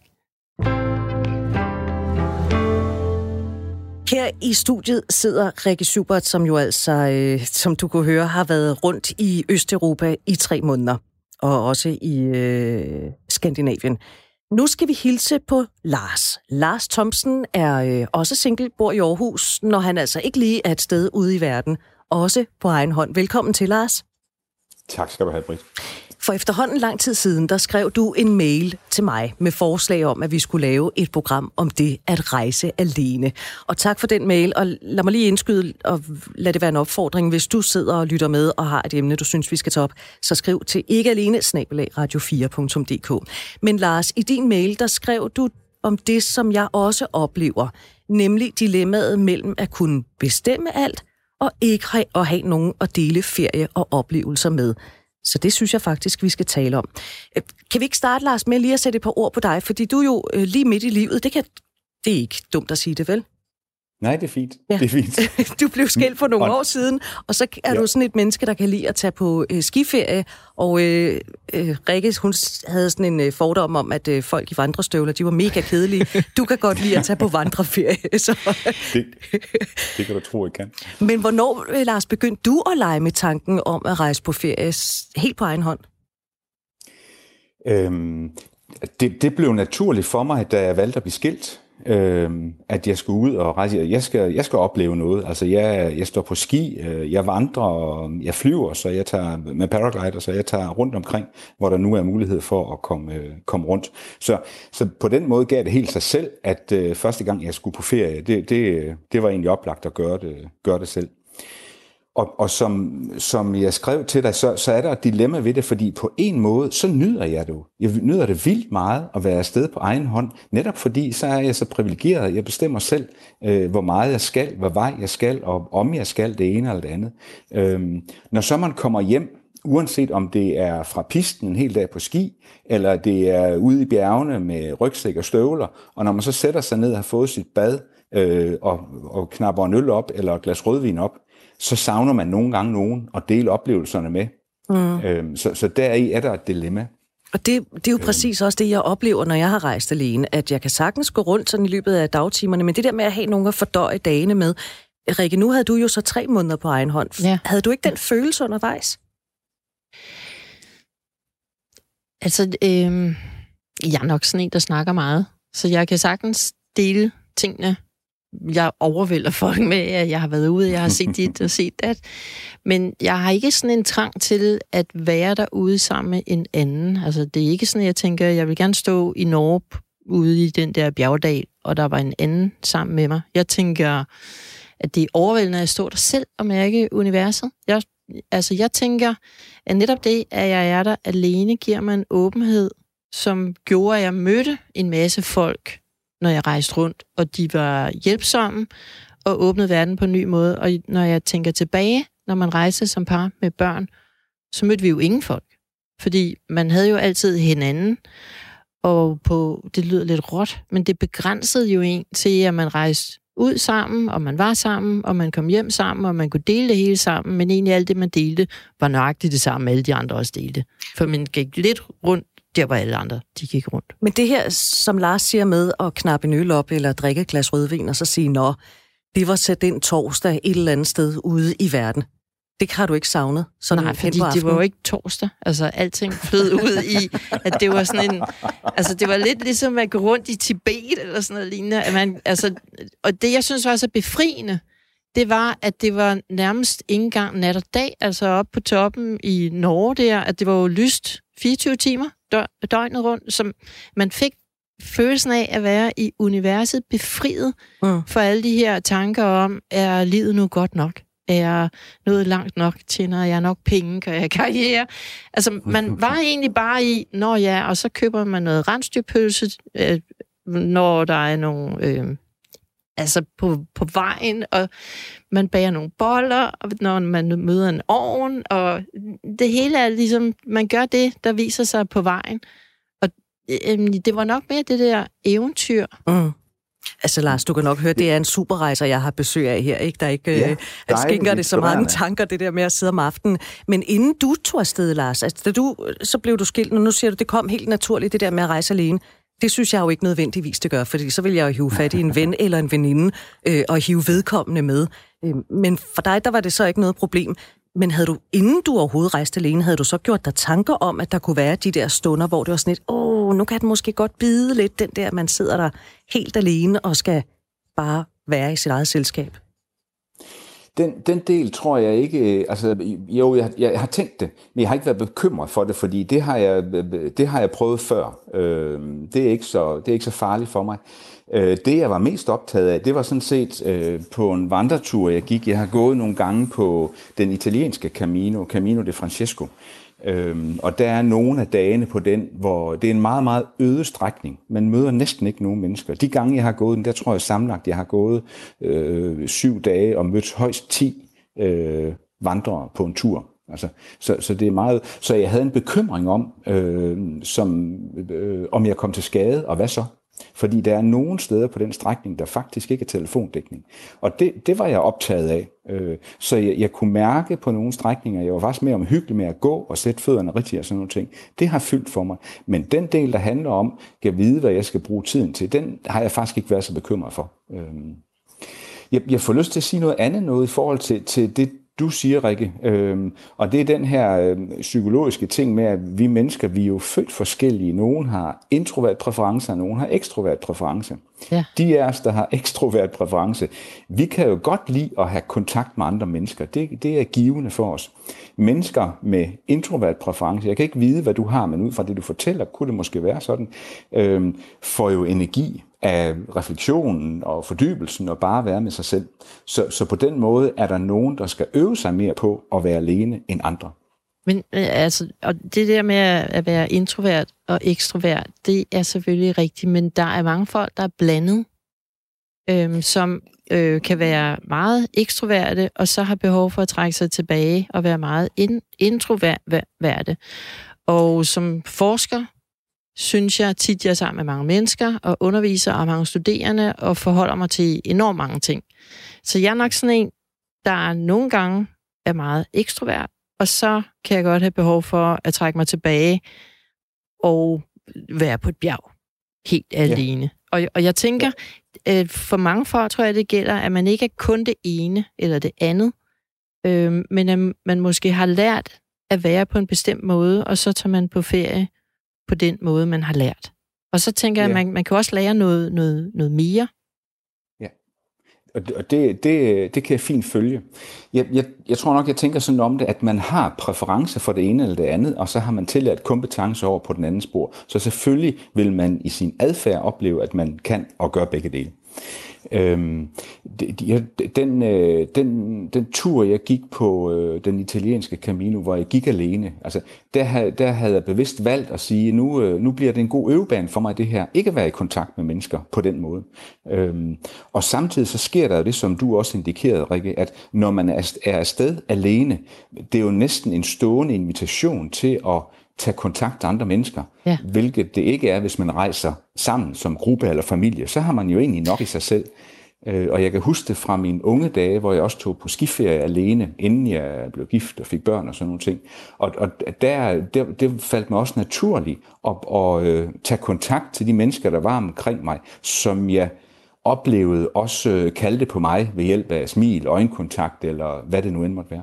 Her i studiet sidder Rikke Schubert, som jo altså, øh, som du kunne høre, har været rundt i Østeuropa i tre måneder, og også i øh, Skandinavien. Nu skal vi hilse på Lars. Lars Thomsen er øh, også single, bor i Aarhus, når han altså ikke lige er et sted ude i verden, også på egen hånd. Velkommen til, Lars. Tak skal du have, Britt. For efterhånden lang tid siden, der skrev du en mail til mig med forslag om, at vi skulle lave et program om det at rejse alene. Og tak for den mail, og lad mig lige indskyde, og lad det være en opfordring. Hvis du sidder og lytter med og har et emne, du synes, vi skal tage op, så skriv til ikkealene snabel-a radio fire punktum d k. Men Lars, i din mail, der skrev du om det, som jeg også oplever, nemlig dilemmaet mellem at kunne bestemme alt, og ikke at have nogen at dele ferie og oplevelser med. Så det synes jeg faktisk, vi skal tale om. Kan vi ikke starte, Lars, med lige at sætte et par ord på dig? Fordi du er jo øh, lige midt i livet. Det, kan, det er ikke dumt at sige det, vel? Nej, det er fint. Ja. Det er fint. Du blev skilt for nogle år siden, og så er ja. du sådan et menneske, der kan lide at tage på øh, skiferie. Og øh, øh, Rikke, hun havde sådan en øh, fordom om, at øh, folk i vandrestøvler, de var mega kedelige. Du kan godt lide at tage på vandreferie. Så. Det, det kan du tro, jeg kan. Men hvornår, øh, Lars, begyndte du at lege med tanken om at rejse på ferie helt på egen hånd? Øhm, Det, det blev naturligt for mig, da jeg valgte at blive skilt, øh, at jeg skulle ud og rejse. Jeg skal, jeg skal opleve noget. Altså, jeg, jeg står på ski, jeg vandrer, jeg flyver, så jeg tager med paraglider, så jeg tager rundt omkring, hvor der nu er mulighed for at komme, komme rundt. Så, så på den måde gav det helt sig selv, at øh, første gang jeg skulle på ferie, det, det, det var egentlig oplagt at gøre det, gøre det selv. Og, og som, som jeg skrev til dig, så, så er der et dilemma ved det, fordi på en måde, så nyder jeg det jo. Jeg nyder det vildt meget at være afsted på egen hånd, netop fordi, så er jeg så privilegeret. Jeg bestemmer selv, øh, hvor meget jeg skal, hvor vej jeg skal, og om jeg skal det ene eller det andet. Øhm, når så man kommer hjem, uanset om det er fra pisten en hel dag på ski, eller det er ude i bjergene med rygsæk og støvler, og når man så sætter sig ned og har fået sit bad, øh, og, og knapper en øl op, eller et glas rødvin op, så savner man nogle gange nogen at dele oplevelserne med. Mm. Øhm, så, så deri er der et dilemma. Og det, det er jo præcis også det, jeg oplever, når jeg har rejst alene, at jeg kan sagtens gå rundt sådan i løbet af dagtimerne, men det der med at have nogen at fordøje dagene med. Rikke, nu havde du jo så tre måneder på egen hånd. Ja. Havde du ikke den følelse undervejs? Altså, øh, jeg er nok sådan en, der snakker meget, så jeg kan sagtens dele tingene. Jeg overvælder folk med, at jeg har været ude, jeg har set dit og set dat. Men jeg har ikke sådan en trang til at være derude sammen med en anden. Altså, det er ikke sådan, at jeg tænker, at jeg vil gerne stå i Norge ude i den der bjergdal, og der var en anden sammen med mig. Jeg tænker, at det er overvældende at stå der selv og mærke universet. Jeg, altså, jeg tænker, at netop det, at jeg er der alene, giver mig en åbenhed, som gjorde, at jeg mødte en masse folk, når jeg rejste rundt, og de var hjælpsomme og åbnede verden på en ny måde. Og når jeg tænker tilbage, når man rejser som par med børn, så mødte vi jo ingen folk. Fordi man havde jo altid hinanden, og på, det lyder lidt råt, men det begrænsede jo en til, at man rejste ud sammen, og man var sammen, og man kom hjem sammen, og man kunne dele det hele sammen, men egentlig alt det, man delte, var nøjagtigt det samme, alle de andre også delte. For man gik lidt rundt der, hvor alle andre, de gik rundt. Men det her, som Lars siger med at knappe en øl op, eller drikke et glas rødvin, og så sige, nå, det var sat den torsdag et eller andet sted ude i verden. Det har du ikke savnet? Sådan Nej, fordi det var jo ikke torsdag. Altså, alting flød ud i, at det var sådan en... Altså, det var lidt ligesom at gå rundt i Tibet, eller sådan noget lignende. At man, altså, og det, jeg synes var så befriende, det var, at det var nærmest ikke engang nat og dag, altså oppe på toppen i Norge der, at det var jo lyst fireogtyve timer døgnet rundt, som man fik følelsen af at være i universet befriet mm. for alle de her tanker om, er livet nu godt nok? Er jeg nået langt nok? Tjener jeg nok penge? Kan jeg karriere? Altså, man var egentlig bare i, når ja, og så køber man noget rensdyrpølse, øh, når der er nogle... Øh, altså på, på vejen, og man bager nogle boller, og når man møder en ovn, og det hele er ligesom, man gør det, der viser sig på vejen. Og øh, det var nok mere det der eventyr. Mm. Altså Lars, du kan nok høre, det er en superrejser, jeg har besøg af her, ikke? Der ikke ja, øh, skænker det så mange tanker, det der med at sidde om aftenen. Men inden du tog afsted, Lars, altså, da du, så blev du skilt, og nu siger du, det kom helt naturligt, det der med at rejse alene. Det synes jeg jo ikke nødvendigvis, det gør, fordi så vil jeg jo hive fat i en ven eller en veninde øh, og hive vedkommende med. Øh, men for dig, der var det så ikke noget problem. Men havde du, inden du overhovedet rejste alene, havde du så gjort dig tanker om, at der kunne være de der stunder, hvor det var sådan lidt, åh, nu kan den måske godt bide lidt, den der, man sidder der helt alene og skal bare være i sit eget selskab? Den, den del tror jeg ikke, altså jo, jeg, jeg har tænkt det, men jeg har ikke været bekymret for det, fordi det har jeg, det har jeg prøvet før. Øh, det, er ikke så, det er ikke så farligt for mig. Øh, det jeg var mest optaget af, det var sådan set øh, på en vandretur, jeg gik. Jeg har gået nogle gange på den italienske Camino, Camino de Francesco. Øhm, og der er nogle af dagene på den, hvor det er en meget, meget øde strækning. Man møder næsten ikke nogen mennesker. De gange, jeg har gået den, der tror jeg sammenlagt, jeg har gået øh, syv dage og mødt højst ti øh, vandrere på en tur. Altså, så, så det er meget. Så jeg havde en bekymring om, øh, som, øh, om jeg kom til skade, og hvad så? Fordi der er nogle steder på den strækning, der faktisk ikke er telefondækning. Og det, det var jeg optaget af. Så jeg, jeg kunne mærke på nogle strækninger, jeg var faktisk mere omhyggelig med at gå og sætte fødderne rigtigt og sådan nogle ting. Det har fyldt for mig. Men den del, der handler om, at vide, hvad jeg skal bruge tiden til, den har jeg faktisk ikke været så bekymret for. Jeg, jeg får lyst til at sige noget andet noget i forhold til, til det, du siger, Rikke. Øhm, og det er den her øh, psykologiske ting med, at vi mennesker, vi er jo født forskellige. Nogen har introvert præference, og nogen har ekstrovert præference. Ja. De af os, der har ekstrovert præference, vi kan jo godt lide at have kontakt med andre mennesker. Det, det er givende for os. Mennesker med introvert præference, jeg kan ikke vide, hvad du har, men ud fra det, du fortæller, kunne det måske være sådan, øhm, får jo energi af refleksionen og fordybelsen og bare være med sig selv. Så, så på den måde er der nogen, der skal øve sig mere på at være alene end andre. Men altså, og det der med at være introvert og ekstrovert, det er selvfølgelig rigtigt, men der er mange folk, der er blandet, øhm, som øh, kan være meget ekstroverte, og så har behov for at trække sig tilbage og være meget in- introverte. Og som forsker, synes jeg tit, jeg er sammen med mange mennesker, og underviser og mange studerende, og forholder mig til enormt mange ting. Så jeg er nok sådan en, der nogle gange er meget ekstrovert, og så kan jeg godt have behov for at trække mig tilbage og være på et bjerg helt alene. Ja. Og, og jeg tænker, at for mange folk tror jeg, det gælder, at man ikke er kun det ene eller det andet, øh, men at man måske har lært at være på en bestemt måde, og så tager man på ferie på den måde, man har lært. Og så tænker jeg, ja. at man, man kan også lære noget, noget, noget mere. Ja, og det, det, det kan jeg fint følge. Jeg, jeg, jeg tror nok, jeg tænker sådan om det, at man har præference for det ene eller det andet, og så har man tillært kompetence over på den anden spor. Så selvfølgelig vil man i sin adfærd opleve, at man kan og gør begge dele. Øhm, den, den, den tur, jeg gik på øh, den italienske Camino, hvor jeg gik alene, altså, der, der havde jeg bevidst valgt at sige, nu, øh, nu bliver det en god øvebane for mig, det her, ikke at være i kontakt med mennesker på den måde. Øhm, og samtidig så sker der jo det, som du også indikerede, Rikke, at når man er, er afsted alene, det er jo næsten en stående invitation til at tage kontakt til andre mennesker, ja. Hvilket det ikke er, hvis man rejser sammen som gruppe eller familie. Så har man jo egentlig nok i sig selv. Og jeg kan huske det fra mine unge dage, hvor jeg også tog på skiferie alene, inden jeg blev gift og fik børn og sådan nogle ting. Og, og der, der, det faldt mig også naturligt at, at, at tage kontakt til de mennesker, der var omkring mig, som jeg oplevede også kaldte på mig ved hjælp af smil, øjenkontakt eller hvad det nu end måtte være.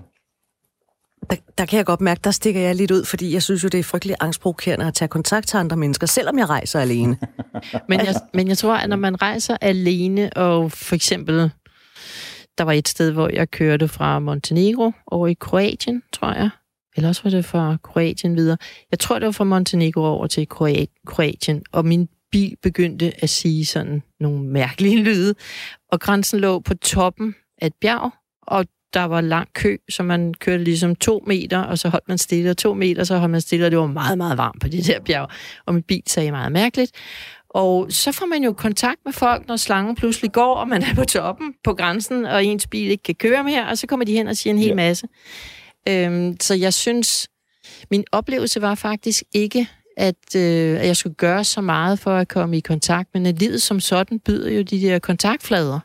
Der, der kan jeg godt mærke, der stikker jeg lidt ud, fordi jeg synes jo, det er frygtelig angstprovokerende at tage kontakt til andre mennesker, selvom jeg rejser alene. men, jeg, men jeg tror, at når man rejser alene, og for eksempel, der var et sted, hvor jeg kørte fra Montenegro over i Kroatien, tror jeg. Eller også var det fra Kroatien videre. Jeg tror, det var fra Montenegro over til Kroatien, og min bil begyndte at sige sådan nogle mærkelige lyde, og grænsen lå på toppen af et bjerg, og der var lang kø, så man kørte ligesom to meter, og så holdt man stille, og to meter, så holdt man stille, og det var meget, meget varmt på det der bjerg, og min bil sagde meget mærkeligt. Og så får man jo kontakt med folk, når slangen pludselig går, og man er på toppen på grænsen, og ens bil ikke kan køre mere, og så kommer de hen og siger en hel ja. masse. Øhm, så jeg synes, min oplevelse var faktisk ikke, at, øh, at jeg skulle gøre så meget for at komme i kontakt, men at livet som sådan byder jo de der kontaktflader.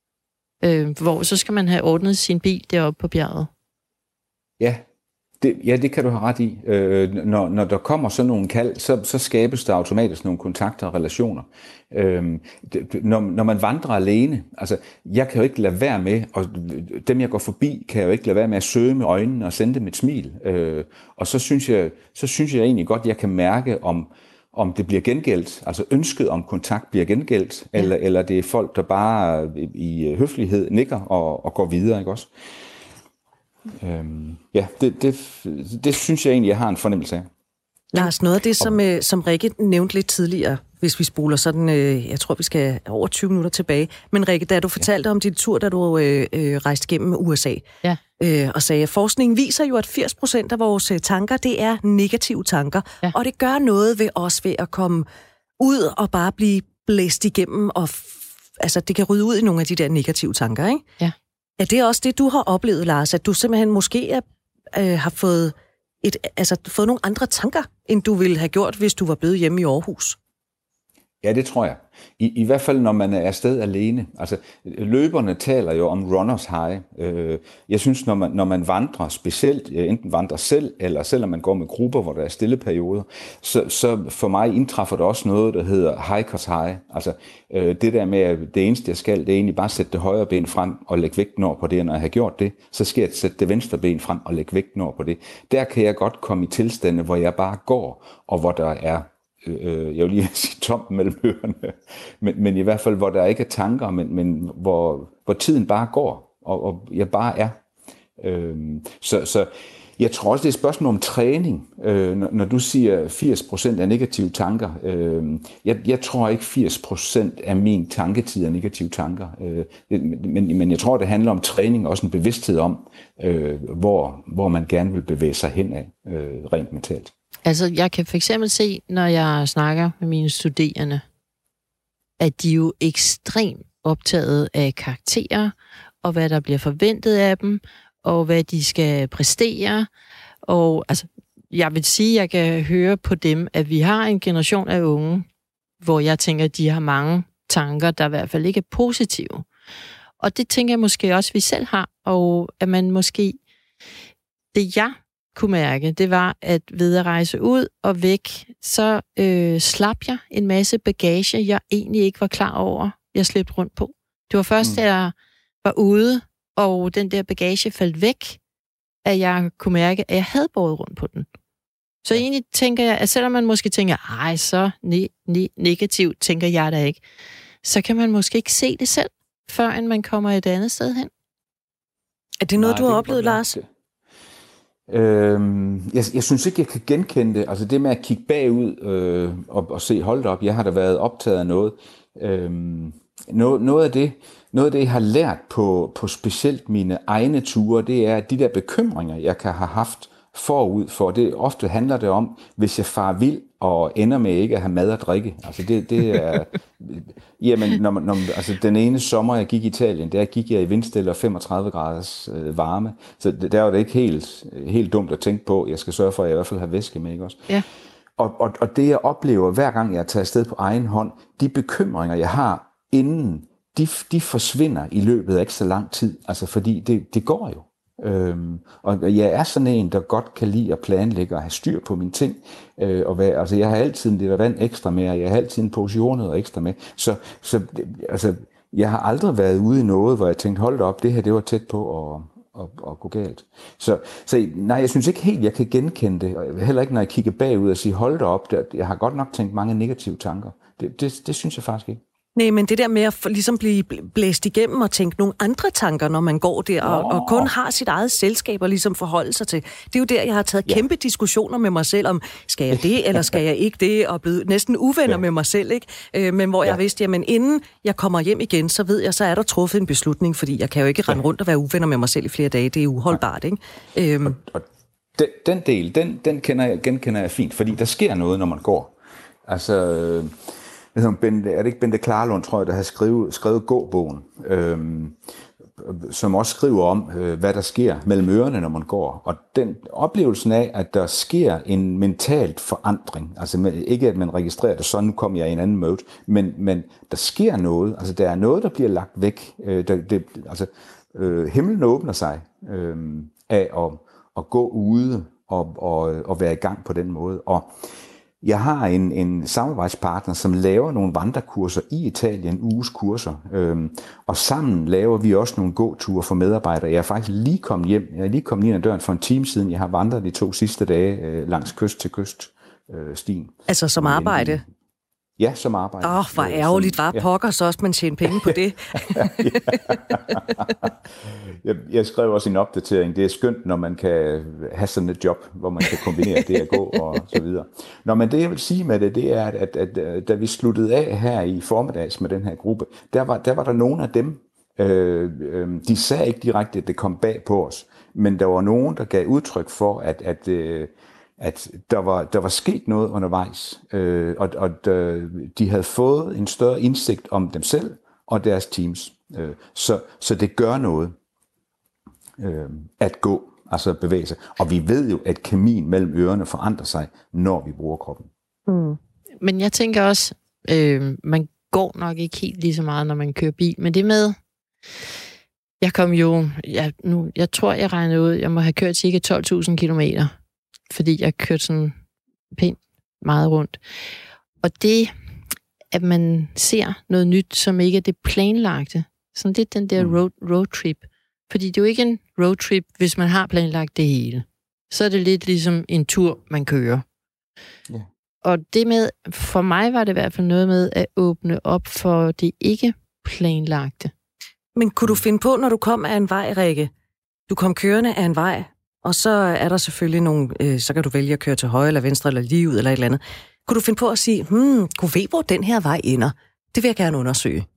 Øh, hvor så skal man have ordnet sin bil deroppe på bjerget. Ja, det, ja, det kan du have ret i. Øh, når, når der kommer sådan nogle kald, så, så skabes der automatisk nogle kontakter og relationer. Øh, det, når, når man vandrer alene, altså jeg kan jo ikke lade være med, og dem jeg går forbi, kan jeg jo ikke lade være med at søge med øjnene og sende dem et smil. Øh, og så synes, jeg, så synes jeg egentlig godt, at jeg kan mærke, om om det bliver gengældt, altså ønsket om kontakt bliver gengældt, ja. eller, eller det er folk, der bare i høflighed nikker og, og går videre, ikke også? Øhm, ja, det, det, det synes jeg egentlig, jeg har en fornemmelse af. Lars, noget af det, som, øh, som Rikke nævnte lidt tidligere, hvis vi spoler sådan, øh, jeg tror, vi skal over tyve minutter tilbage, men Rikke, da du fortalte ja. om din tur, da du øh, øh, rejste gennem U S A, ja. øh, og sagde, at forskningen viser jo, at firs procent af vores tanker, det er negative tanker, ja. og det gør noget ved os ved at komme ud og bare blive blæst igennem, og f- altså, det kan rydde ud i nogle af de der negative tanker, ikke? Ja. Er det også det, du har oplevet, Lars, at du simpelthen måske er, øh, har fået Et, altså, fået nogle andre tanker, end du ville have gjort, hvis du var blevet hjemme i Aarhus? Ja, det tror jeg. I, I hvert fald, når man er afsted alene. Altså, løberne taler jo om runners high. Øh, jeg synes, når man, når man vandrer, specielt enten vandrer selv, eller selvom man går med grupper, hvor der er stille perioder, så, så for mig indtræffer der også noget, der hedder hikers high. Altså, øh, det der med, at det eneste, jeg skal, det er egentlig bare sætte det højre ben frem og lægge vægten over på det. Når jeg har gjort det, så skal jeg sætte det venstre ben frem og lægge vægten over på det. Der kan jeg godt komme i tilstande, hvor jeg bare går, og hvor der er jeg vil lige sige tomt mellem ørerne, men, men i hvert fald, hvor der ikke er tanker, men, men hvor, hvor tiden bare går, og, og jeg bare er. Øhm, så, så jeg tror også, det er et spørgsmål om træning. Øh, når, når du siger firs procent af negative tanker, øh, jeg, jeg tror ikke firs procent af min tanketid er negative tanker, øh, men, men jeg tror, det handler om træning, og også en bevidsthed om, øh, hvor, hvor man gerne vil bevæge sig hen af, øh, rent mentalt. Altså, jeg kan for eksempel se, når jeg snakker med mine studerende, at de er jo ekstremt optaget af karakterer, og hvad der bliver forventet af dem, og hvad de skal præstere. Og altså, jeg vil sige, at jeg kan høre på dem, at vi har en generation af unge, hvor jeg tænker, at de har mange tanker, der i hvert fald ikke er positive. Og det tænker jeg måske også, at vi selv har, og at man måske... Det jeg kunne mærke, det var, at ved at rejse ud og væk, så øh, slap jeg en masse bagage, jeg egentlig ikke var klar over, jeg slæbte rundt på. Det var først, mm. da jeg var ude, og den der bagage faldt væk, at jeg kunne mærke, at jeg havde båret rundt på den. Så ja. Egentlig tænker jeg, at selvom man måske tænker, ej, så ne- ne- negativt, tænker jeg da ikke, så kan man måske ikke se det selv, før end man kommer et andet sted hen. Er det noget, Nej, du har det oplevet, Lars? Øhm, jeg, jeg synes ikke, jeg kan genkende det. Altså det med at kigge bagud øh, og, og se, hold op, jeg har da været optaget af noget. Øhm, noget, noget af det, noget af det, jeg har lært på, på specielt mine egne ture, det er, at de der bekymringer, jeg kan have haft forud for, det ofte handler det om, hvis jeg farer vild og ender med ikke at have mad og drikke. Altså det, det er, jamen, når man, når, altså den ene sommer, jeg gik i Italien, der gik jeg i vindstille og femogtredive graders øh, varme. Så der var det ikke helt, helt dumt at tænke på, jeg skal sørge for, at jeg i hvert fald har væske med, ikke også? Ja. Og, og, og det jeg oplever, hver gang jeg tager afsted på egen hånd, de bekymringer, jeg har inden, de, de forsvinder i løbet af ikke så lang tid. Altså fordi det, det går jo. Øhm, og jeg er sådan en, der godt kan lide at planlægge og have styr på mine ting. Øh, og hvad, altså jeg har altid en liter vand ekstra med, og jeg har altid en pose jordnødder ekstra med. Så, så altså, jeg har aldrig været ude i noget, hvor jeg tænkte, hold da op, det her det var tæt på at, at, at gå galt. Så, så nej, jeg synes ikke helt, jeg kan genkende det. Heller ikke, når jeg kigger bagud og siger, hold da op, det, jeg har godt nok tænkt mange negative tanker. Det, det, det synes jeg faktisk ikke. Nej, men det der med at ligesom blive blæst igennem og tænke nogle andre tanker, når man går der, og, og kun har sit eget selskab og ligesom forholde sig til. Det er jo der, jeg har taget ja. kæmpe diskussioner med mig selv om, skal jeg det, eller skal jeg ikke det, og blevet næsten uvenner ja. med mig selv, ikke? Øh, men hvor ja. jeg vidste, jamen inden jeg kommer hjem igen, så ved jeg, så er der truffet en beslutning, fordi jeg kan jo ikke rende rundt og være uvenner med mig selv i flere dage. Det er uholdbart, ikke? Øhm. Og, og den, den del, den, den kender jeg, genkender jeg fint, fordi der sker noget, når man går. Altså... Bente, er det ikke Bente Klarlund, tror jeg, der har skrevet, skrevet gåbogen, øhm, som også skriver om, øh, hvad der sker mellem ørerne, når man går. Og den oplevelsen af, at der sker en mentalt forandring, altså ikke at man registrerer det, så nu kommer jeg i en anden mode, men, men der sker noget, altså der er noget, der bliver lagt væk. Øh, der, det, altså øh, himlen åbner sig øh, af at, at gå ude og, og, og være i gang på den måde. Og jeg har en, en samarbejdspartner, som laver nogle vandrekurser i Italien, uges kurser, øhm, og sammen laver vi også nogle gåture for medarbejdere. Jeg er faktisk lige kommet hjem, jeg er lige kommet ind ad døren for en time siden. Jeg har vandret de to sidste dage øh, langs kyst til kyst øh, stien. Altså som arbejde? Ja, som arbejde. Åh, oh, hvor ærgerligt, var ja. pokker så også, man tjener penge på det. jeg, jeg skrev også en opdatering. Det er skønt, når man kan have sådan et job, hvor man kan kombinere det at gå og så videre. Nå, men det jeg vil sige med det, det er, at, at, at da vi sluttede af her i formiddags med den her gruppe, der var der, var der nogle af dem, øh, øh, de sagde ikke direkte, at det kom bag på os, men der var nogen, der gav udtryk for, at, at øh, at der var, der var sket noget undervejs, øh, og, og de havde fået en større indsigt om dem selv og deres teams. Øh, så, så det gør noget øh, at gå, altså at bevæge sig. Og vi ved jo, at kemien mellem ørerne forandrer sig, når vi bruger kroppen. Mm. Men jeg tænker også, Øh, man går nok ikke helt lige så meget, når man kører bil. Men det med... Jeg kom jo... Jeg, nu, jeg tror, jeg regnede ud, jeg må have kørt cirka tolv tusind kilometer, fordi jeg kørte sådan pænt meget rundt. Og det, at man ser noget nyt, som ikke er det planlagte, sådan lidt den der road, roadtrip. Fordi det er jo ikke en roadtrip, hvis man har planlagt det hele. Så er det lidt ligesom en tur, man kører. Ja. Og det med, for mig var det i hvert fald noget med at åbne op for det ikke planlagte. Men kunne du finde på, når du kom af en vej, Rikke? Du kom kørende af en vej, og så er der selvfølgelig nogle, øh, så kan du vælge at køre til højre eller venstre eller lige ud eller et eller andet. Kunne du finde på at sige, hmm, kunne vi hvor den her vej ender? Det vil jeg gerne undersøge.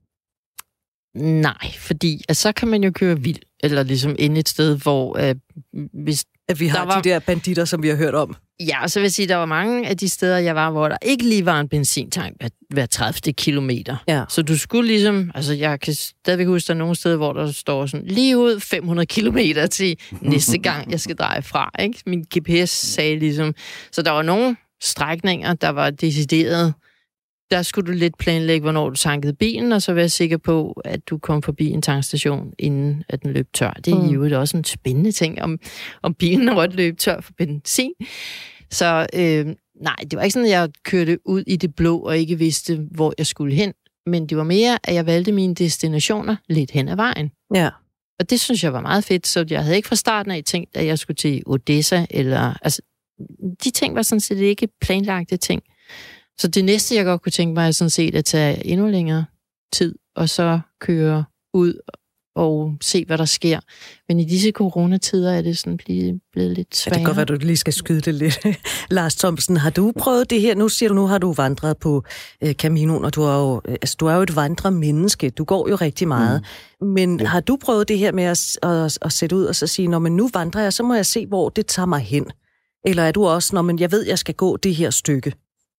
Nej, fordi altså, så kan man jo køre vild, eller ligesom inde et sted, hvor øh, hvis at vi har var... de der banditter, som vi har hørt om. Ja, og så vil jeg sige, der var mange af de steder, jeg var, hvor der ikke lige var en benzintank hver, hver tredive kilometer. Ja. Så du skulle ligesom, altså jeg kan stadigvæk huske, der er nogle steder, hvor der står sådan lige ud fem hundrede kilometer til næste gang, jeg skal dreje fra. Ikke? Min G P S sagde ligesom, så der var nogle strækninger, der var decideret. Der skulle du lidt planlægge, hvornår du tankede bilen, og så være sikker på, at du kom forbi en tankstation, inden at den løb tør. Det er jo mm. også en spændende ting, om, om bilen rødt løb tør for benzin. Så øh, nej, det var ikke sådan, at jeg kørte ud i det blå og ikke vidste, hvor jeg skulle hen. Men det var mere, at jeg valgte mine destinationer lidt hen ad vejen. Ja. Og det synes jeg var meget fedt, så jeg havde ikke fra starten af tænkt, at jeg skulle til Odessa, eller... Altså, de ting var sådan set ikke planlagte ting. Så det næste, jeg godt kunne tænke mig, er sådan set at tage endnu længere tid, og så køre ud og se, hvad der sker. Men i disse coronatider er det sådan blevet, blevet lidt sværere. Ja, det kan godt være, at du lige skal skyde det lidt. Lars Thomsen, har du prøvet det her? Nu siger du, nu har du vandret på øh, Caminoen, og du er, jo, altså, du er jo et vandremenneske. Du går jo rigtig meget. Mm. Men ja. Har du prøvet det her med at, at, at sætte ud og så sige, når man nu vandrer jeg, så må jeg se, hvor det tager mig hen? Eller er du også, når man, jeg ved, jeg skal gå det her stykke?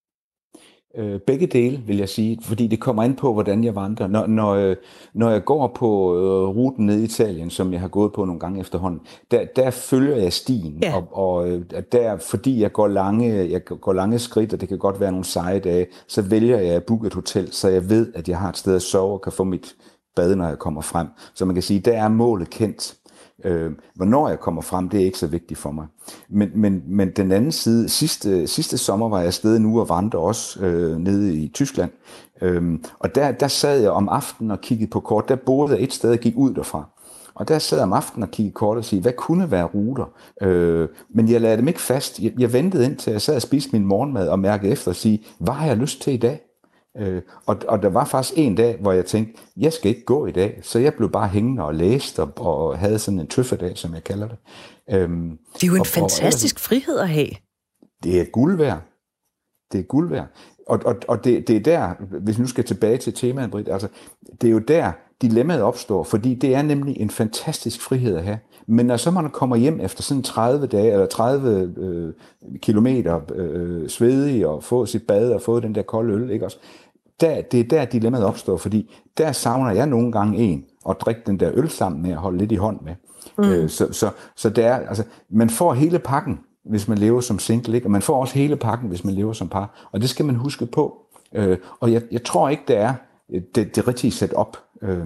Begge dele, vil jeg sige, fordi det kommer an på, hvordan jeg vandrer. Når, når, når jeg går på ruten ned i Italien, som jeg har gået på nogle gange efterhånden, der, der følger jeg stien, ja. og, og der, fordi jeg går, lange, jeg går lange skridt, og det kan godt være nogle seje dage, så vælger jeg at booke et hotel, så jeg ved, at jeg har et sted at sove og kan få mit bad, når jeg kommer frem. Så man kan sige, der er målet kendt. Øh, hvornår jeg kommer frem, det er ikke så vigtigt for mig. Men, men, men den anden side, sidste, sidste sommer var jeg afsted nu og vandre også øh, nede i Tyskland. Øh, og der, der sad jeg om aftenen og kiggede på kort. Der boede jeg et sted og gik ud derfra. Og der sad jeg om aftenen og kiggede kort og sige, hvad kunne være ruter? Øh, men jeg lagde dem ikke fast. Jeg, jeg ventede indtil jeg sad og spiste min morgenmad og mærkede efter og sige, hvad har jeg lyst til i dag? Øh, og, og der var faktisk en dag, hvor jeg tænkte, jeg skal ikke gå i dag, så jeg blev bare hængende og læst og, og havde sådan en tøfferdag, som jeg kalder det. Øhm, det er jo en og, fantastisk og, frihed at have. Det er guld værd. Det er guld værd. Og, og, og det, det er der, hvis nu skal tilbage til temaet, Britt, altså, det er jo der, dilemmaet opstår, fordi det er nemlig en fantastisk frihed at have. Men når så man kommer hjem efter sådan tredive dage, eller tredive øh, kilometer øh, svedig, og få sit bad, og få den der kolde øl, ikke også? Der, det er der dilemmaet opstår, fordi der savner jeg nogle gange en, og drikke den der øl sammen med, og holde lidt i hånd med. Mm. Øh, så, så, så det er, altså, man får hele pakken, hvis man lever som single, ikke? Og man får også hele pakken, hvis man lever som par, og det skal man huske på. Øh, og jeg, jeg tror ikke, det er det, det rigtige setup. Øh,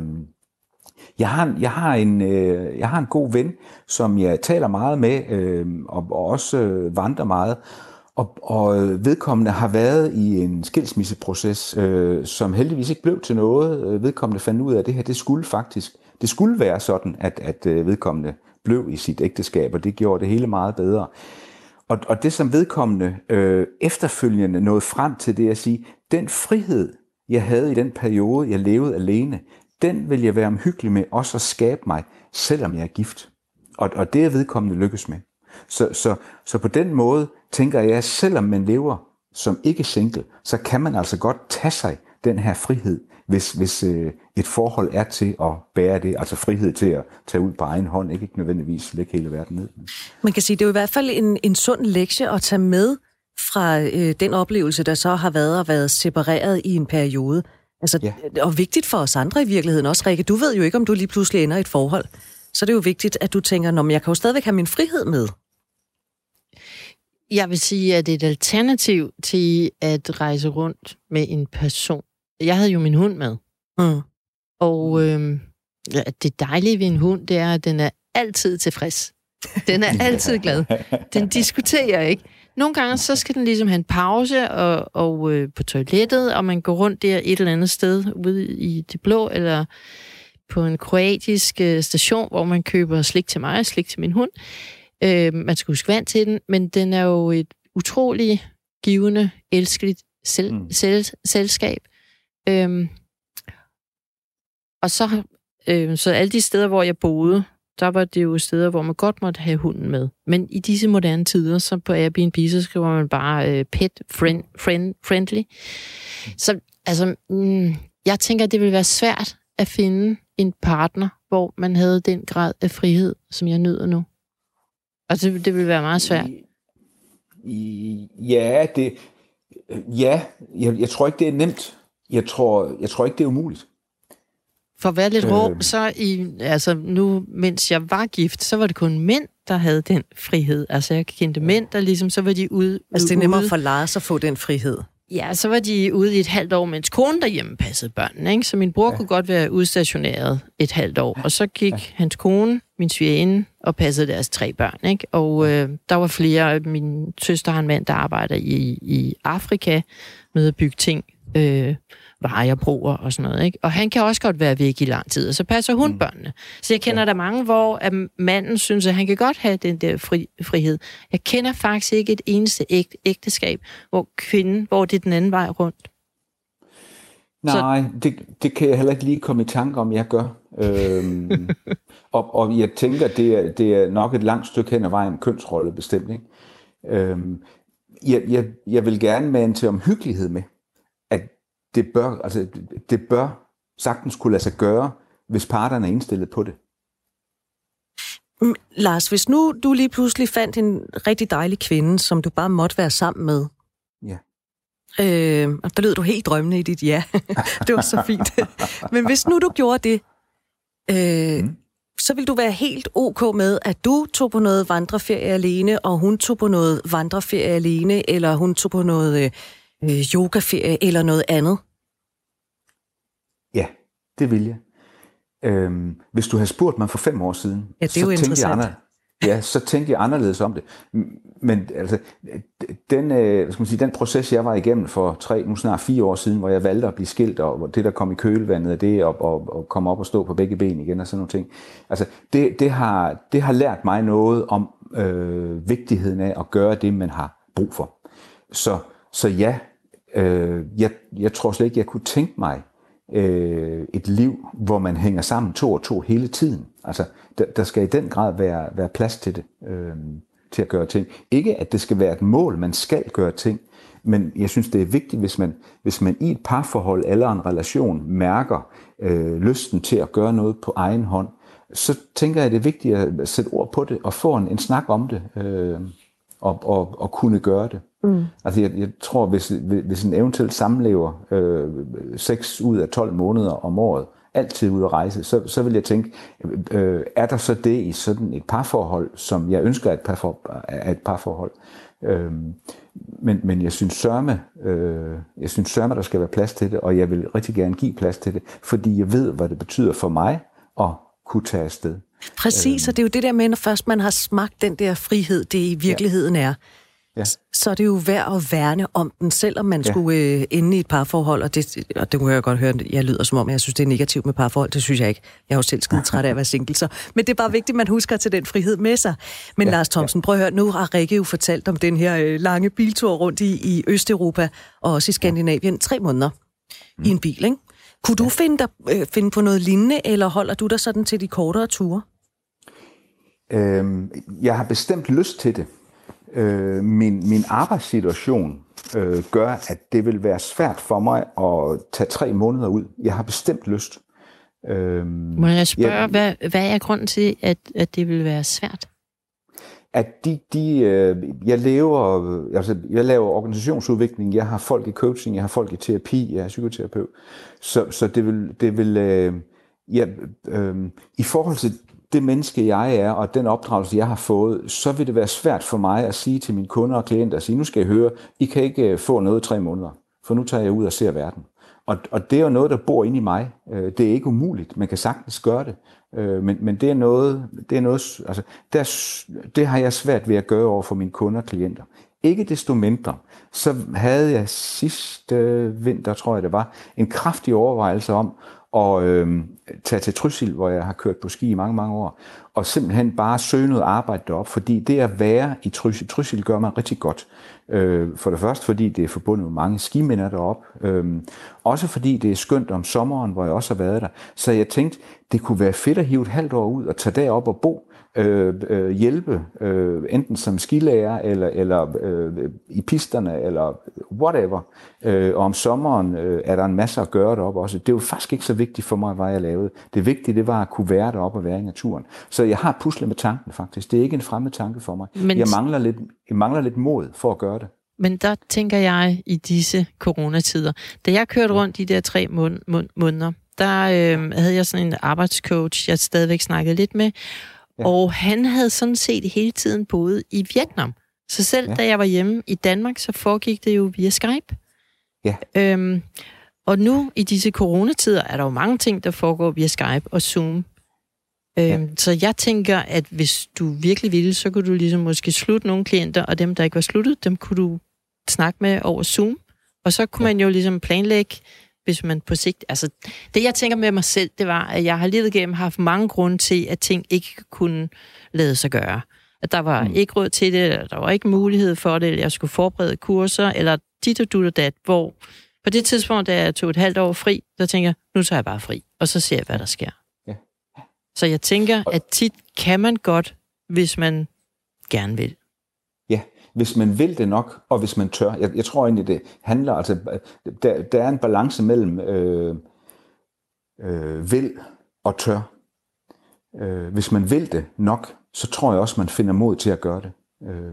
Jeg har, jeg, har en, øh, jeg har en god ven, som jeg taler meget med, øh, og, og også øh, vandrer meget. Og, og vedkommende har været i en skilsmisseproces, øh, som heldigvis ikke blev til noget. Vedkommende fandt ud af, at det her, det skulle faktisk, det skulle være sådan, at, at vedkommende blev i sit ægteskab, og det gjorde det hele meget bedre. Og, og det som vedkommende øh, efterfølgende nåede frem til, det at sige, den frihed, jeg havde i den periode, jeg levede alene, den vil jeg være omhyggelig med også at skabe mig, selvom jeg er gift. Og, og det er vedkommende lykkes med. Så, så, så på den måde tænker jeg, at selvom man lever som ikke single, så kan man altså godt tage sig den her frihed, hvis, hvis øh, et forhold er til at bære det, altså frihed til at tage ud på egen hånd, ikke, ikke nødvendigvis lægge hele verden ned. Man kan sige, det er jo i hvert fald en, en sund lektie at tage med fra øh, den oplevelse, der så har været og været separeret i en periode. Altså, ja. Og vigtigt for os andre i virkeligheden også, Rikke. Du ved jo ikke, om du lige pludselig ender i et forhold. Så det er jo vigtigt, at du tænker, nå, men jeg kan jo stadigvæk have min frihed med. Jeg vil sige, at det er et alternativ til at rejse rundt med en person. Jeg havde jo min hund med. Mm. Og øh, det dejlige ved en hund, det er, at den er altid tilfreds. Den er altid glad. Den diskuterer ikke. Nogle gange, så skal den ligesom have en pause og, og øh, på toilettet, og man går rundt der et eller andet sted ude i det blå, eller på en kroatisk øh, station, hvor man køber slik til mig og slik til min hund. Øh, man skal huske vand til den, men den er jo et utroligt givende, elskeligt sel- mm. sel- selskab. Øh, og så, øh, så alle de steder, hvor jeg boede, der var det jo steder, hvor man godt måtte have hunden med. Men i disse moderne tider, så på Airbnb, så skriver man bare øh, pet friend, friend, friendly. Så altså, mm, jeg tænker, at det vil være svært at finde en partner, hvor man havde den grad af frihed, som jeg nyder nu. Og det, det vil være meget svært. Ja, det, ja jeg, jeg tror ikke, det er nemt. Jeg tror, jeg tror ikke, det er umuligt. For at være lidt rå, øh. så i, altså nu, mens jeg var gift, så var det kun mænd, der havde den frihed. Altså jeg kendte mænd, der ligesom, så var de ude. Altså det er nemmere for Lars at få den frihed. Ja, så var de ude i et halvt år, mens konen derhjemme passede børnene, ikke? Så min bror ja. kunne godt være udstationeret et halvt år. Og så gik ja. hans kone, min svigerinde, og passede deres tre børn, ikke? Og øh, der var flere. Min søster har en mand, der arbejder i, i Afrika med at bygge ting, øh, veje, broer og sådan noget, ikke? Og han kan også godt være væk i lang tid, og så passer hun mm. børnene. Så jeg kender ja. der mange, hvor at manden synes, at han kan godt have den der fri, frihed. Jeg kender faktisk ikke et eneste ægte, ægteskab, hvor kvinden, hvor det er den anden vej rundt. Nej, så... det, det kan jeg heller ikke lige komme i tanke om, jeg gør. øhm, og, og jeg tænker, det er, det er nok et langt stykke hen ad vejen kønsrolle bestemt, ikke? Øhm, jeg, jeg, jeg vil gerne mane til omhyggelighed med, at det bør, altså, det bør sagtens kunne lade sig gøre, hvis parterne er indstillet på det. Mm, Lars, hvis nu du lige pludselig fandt en rigtig dejlig kvinde, som du bare måtte være sammen med. Ja. Øh, og der lød du helt drømmende i dit ja. Det var så fint. Men hvis nu du gjorde det, øh, mm. så ville du være helt ok med, at du tog på noget vandreferie alene, og hun tog på noget vandreferie alene, eller hun tog på noget øh, yogaferie, eller noget andet? Ja, det vil jeg. Øhm, hvis du havde spurgt mig for fem år siden, ja, det er jo interessant. Jeg ja, så tænkte jeg anderledes om det. Men altså, den, øh, skal man sige, den proces, jeg var igennem for tre, nu snart fire år siden, hvor jeg valgte at blive skilt, og det, der kom i kølvandet af det, og, og, og komme op og stå på begge ben igen, og sådan nogle ting. Altså, det, det, har, det har lært mig noget om øh, vigtigheden af at gøre det, man har brug for. Så, så ja, øh, jeg, jeg tror slet ikke, jeg kunne tænke mig øh, et liv, hvor man hænger sammen to og to hele tiden. Altså, der, der skal i den grad være, være plads til det, øh, til at gøre ting. Ikke, at det skal være et mål, man skal gøre ting, men jeg synes, det er vigtigt, hvis man, hvis man i et parforhold eller en relation mærker øh, lysten til at gøre noget på egen hånd, så tænker jeg, det er vigtigt at sætte ord på det og få en, en snak om det, øh, og, og, og kunne gøre det. Mm. Altså jeg, jeg tror, hvis, hvis en eventuelt samlever øh, seks ud af tolv måneder om året, altid ude at rejse, så, så vil jeg tænke, øh, er der så det i sådan et parforhold, som jeg ønsker at et, parfor, er et parforhold? Øh, men, men jeg synes sørme, øh, jeg synes sørme, der skal være plads til det, og jeg vil rigtig gerne give plads til det, fordi jeg ved, hvad det betyder for mig at kunne tage afsted. Præcis, og det er jo det der med, når først man har smagt den der frihed, det i virkeligheden ja. er, ja. så er det jo værd at værne om den, selvom man ja. skulle øh, inde i et parforhold, og det, og det må jeg godt høre, jeg lyder som om, jeg synes, det er negativt med parforhold, det synes jeg ikke. Jeg er jo selv skide træt af at være single, så. Men det er bare vigtigt, at man husker at tage den frihed med sig. Men ja. Lars Thomsen, prøv at høre, nu har Rikke jo fortalt om den her øh, lange biltur rundt i, i Østeuropa, og også i Skandinavien, tre måneder mm. i en bil, ikke? Kunne du ja. finde, dig, øh, finde på noget lignende, eller holder du dig sådan til de kortere ture? Øhm, jeg har bestemt lyst til det. Øh, min, min arbejdssituation øh, gør, at det vil være svært for mig at tage tre måneder ud. Jeg har bestemt lyst. Øh, Må jeg spørge, jeg, hvad, hvad er grunden til, at, at det vil være svært? At de, de øh, jeg laver, altså jeg laver organisationsudvikling, jeg har folk i coaching, jeg har folk i terapi, jeg er psykoterapeut. Så, så det vil, det vil øh, ja, øh, i forhold til det menneske, jeg er, og den opdragelse, jeg har fået, så vil det være svært for mig at sige til mine kunder og klienter, at sige, nu skal I høre, I kan ikke få noget i tre måneder, for nu tager jeg ud og ser verden. Og, og det er jo noget, der bor inde i mig. Det er ikke umuligt. Man kan sagtens gøre det. Men, men det er noget, det er noget, altså, der, det har jeg svært ved at gøre over for mine kunder og klienter. Ikke desto mindre, så havde jeg sidste vinter, tror jeg det var, en kraftig overvejelse om at øh, tage til Trysil, hvor jeg har kørt på ski i mange, mange år, og simpelthen bare søge noget arbejde deroppe, fordi det at være i Trysil, Trysil gør mig rigtig godt. Øh, for det første, fordi det er forbundet med mange skiminder deroppe, øh, også fordi det er skønt om sommeren, hvor jeg også har været der. Så jeg tænkte, det kunne være fedt at hive et halvt år ud og tage derop og bo, Øh, øh, hjælpe, øh, enten som skilærer, eller, eller øh, i pisterne, eller whatever. Øh, og om sommeren øh, er der en masse at gøre deroppe også. Det er jo faktisk ikke så vigtigt for mig, hvad jeg lavede. Det vigtige, det var at kunne være deroppe og være i naturen. Så jeg har puslet med tanken faktisk. Det er ikke en fremmed tanke for mig. Men jeg mangler lidt, jeg mangler lidt mod for at gøre det. Men der tænker jeg i disse coronatider, da jeg kørte rundt de der tre mån- mån- måneder, der øh, havde jeg sådan en arbejdscoach, jeg stadigvæk snakkede lidt med. Ja. Og han havde sådan set hele tiden boet i Vietnam. Så selv ja. da jeg var hjemme i Danmark, så foregik det jo via Skype. Ja. Øhm, og nu i disse coronatider er der jo mange ting, der foregår via Skype og Zoom. Øhm, ja. Så jeg tænker, at hvis du virkelig ville, så kunne du ligesom måske slutte nogle klienter, og dem, der ikke var sluttet, dem kunne du snakke med over Zoom. Og så kunne ja. man jo ligesom planlægge, hvis man på sigt... Altså, det jeg tænker med mig selv, det var, at jeg har livet igennem haft mange grunde til, at ting ikke kunne lade sig gøre. At der var mm. ikke råd til det, eller der var ikke mulighed for det, eller jeg skulle forberede kurser, eller dit og dut og dat, hvor på det tidspunkt, da jeg tog et halvt år fri, så tænker jeg, nu tager jeg bare fri, og så ser jeg, hvad der sker. Ja. Så jeg tænker, at tit kan man godt, hvis man gerne vil. Ja, hvis man vil det nok, og hvis man tør. Jeg, jeg tror egentlig, det handler, altså, der, der er en balance mellem øh, øh, vil og tør. Øh, hvis man vil det nok, så tror jeg også, man finder mod til at gøre det. Øh,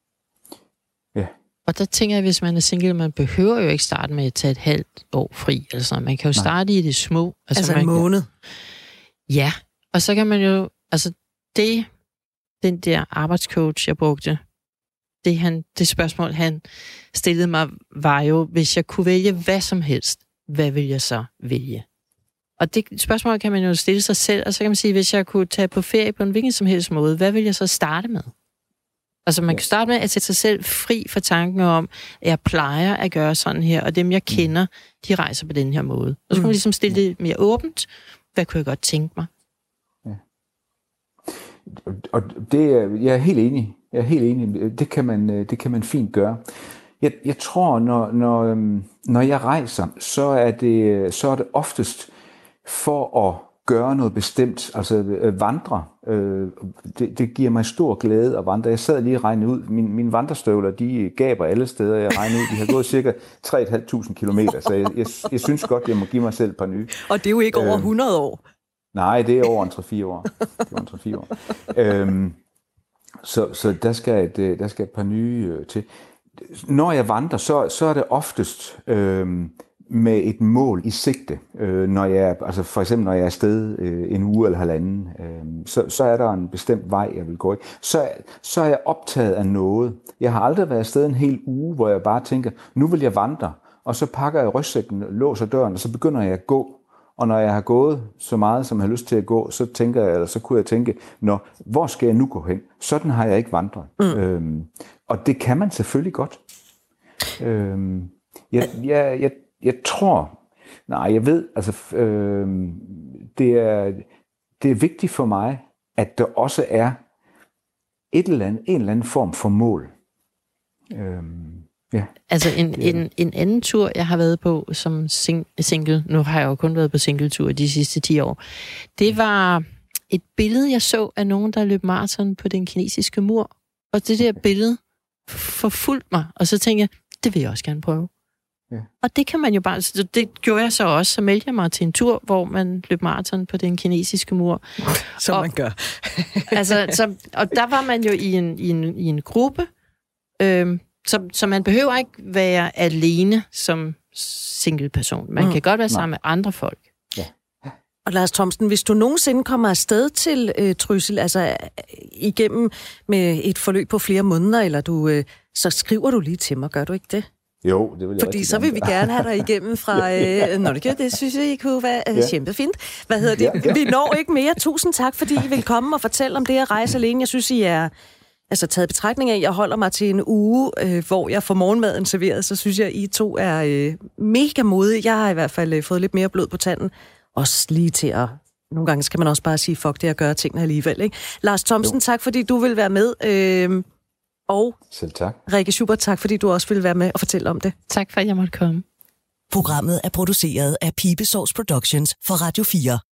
ja. Og der tænker jeg, hvis man er single, man behøver jo ikke starte med at tage et halvt år fri. Eller sådan. Man kan jo starte Nej. i det små. Altså, altså man en måned? Kan, ja, og så kan man jo... Altså det, den der arbejdscoach, jeg brugte, det, han, det spørgsmål, han stillede mig, var jo, hvis jeg kunne vælge hvad som helst, hvad vil jeg så vælge? Og det spørgsmål kan man jo stille sig selv, og så kan man sige, hvis jeg kunne tage på ferie på en hvilken som helst måde, hvad vil jeg så starte med? Altså man kan starte med at sætte sig selv fri for tanken om, at jeg plejer at gøre sådan her, og dem jeg kender, de rejser på den her måde. Og så kan man ligesom stille det mere åbent. Hvad kunne jeg godt tænke mig? Ja. Og det er, jeg er helt enig. Jeg er helt enig. Det kan man, det kan man fint gøre. Jeg, jeg tror, når, når, når jeg rejser, så er det, så er det oftest for at gøre noget bestemt, altså øh, vandre. Øh, det, det giver mig stor glæde at vandre. Jeg sad lige og regnede ud, Min, mine vandrestøvler, de gaber alle steder. Jeg regnede ud, de har gået cirka tre tusind fem hundrede kilometer, så jeg, jeg, jeg synes godt, jeg må give mig selv et par nye. Og det er jo ikke over hundrede år. Nej, det er over en tre fire år. Det er over en tre fire år. øhm, så så der, skal et, der skal et par nye øh, til. Når jeg vandrer, så, så er det oftest... Øh, med et mål i sigte, øh, når jeg, altså for eksempel når jeg er afsted øh, en uge eller halvanden, øh, så, så er der en bestemt vej, jeg vil gå i. Så, så er jeg optaget af noget. Jeg har aldrig været afsted en hel uge, hvor jeg bare tænker, nu vil jeg vandre, og så pakker jeg rygsækken, låser døren, og så begynder jeg at gå. Og når jeg har gået så meget, som jeg har lyst til at gå, så tænker jeg, eller så kunne jeg tænke, nå, hvor skal jeg nu gå hen? Sådan har jeg ikke vandret. Mm. Øhm, og det kan man selvfølgelig godt. Øhm, jeg, jeg, jeg Jeg tror, nej, jeg ved, altså, øh, det, er, det er vigtigt for mig, at der også er et eller andet, en eller anden form for mål. Øh, ja. Altså en, en, en anden tur, jeg har været på som sing- single, nu har jeg jo kun været på singletur de sidste ti år, det var et billede, jeg så af nogen, der løb maraton på den kinesiske mur, og det der billede forfulgte mig, og så tænkte jeg, det vil jeg også gerne prøve. Ja. Og det kan man jo bare... Det gjorde jeg så også. Så meldte jeg mig til en tur, hvor man løb maraton på den kinesiske mur. Som og, man gør. altså, så, og der var man jo i en, i en, i en gruppe, øhm, så, så man behøver ikke være alene som single person. Man mm. kan godt være sammen Nej. med andre folk. Ja. Og Lars Thomsen, hvis du nogensinde kommer afsted til øh, Trysil, altså igennem med et forløb på flere måneder, eller du, øh, så skriver du lige til mig, gør du ikke det? Jo, det vil jeg. Fordi så vil vi gerne have dig igennem fra... Øh, når det gør det, synes jeg, I kunne være øh, ja. kæmpefint. Hvad hedder det? Ja, ja. Vi når ikke mere. Tusind tak, fordi I vil komme og fortælle om det at rejse alene. Jeg synes, I er... Altså taget betragtning af, at jeg holder mig til en uge, øh, hvor jeg får morgenmaden serveret, så synes jeg, at I to er øh, mega modige. Jeg har i hvert fald øh, fået lidt mere blod på tanden. Også lige til at... Nogle gange skal man også bare sige, fuck det at gøre tingene alligevel, ikke? Lars Thomsen, jo. Tak fordi du vil være med. Øh, og selv tak. Rikke Schubert, tak fordi du også vil være med og fortælle om det. Tak for, at jeg måtte komme. Programmet er produceret af Pibesovs Productions for Radio fire.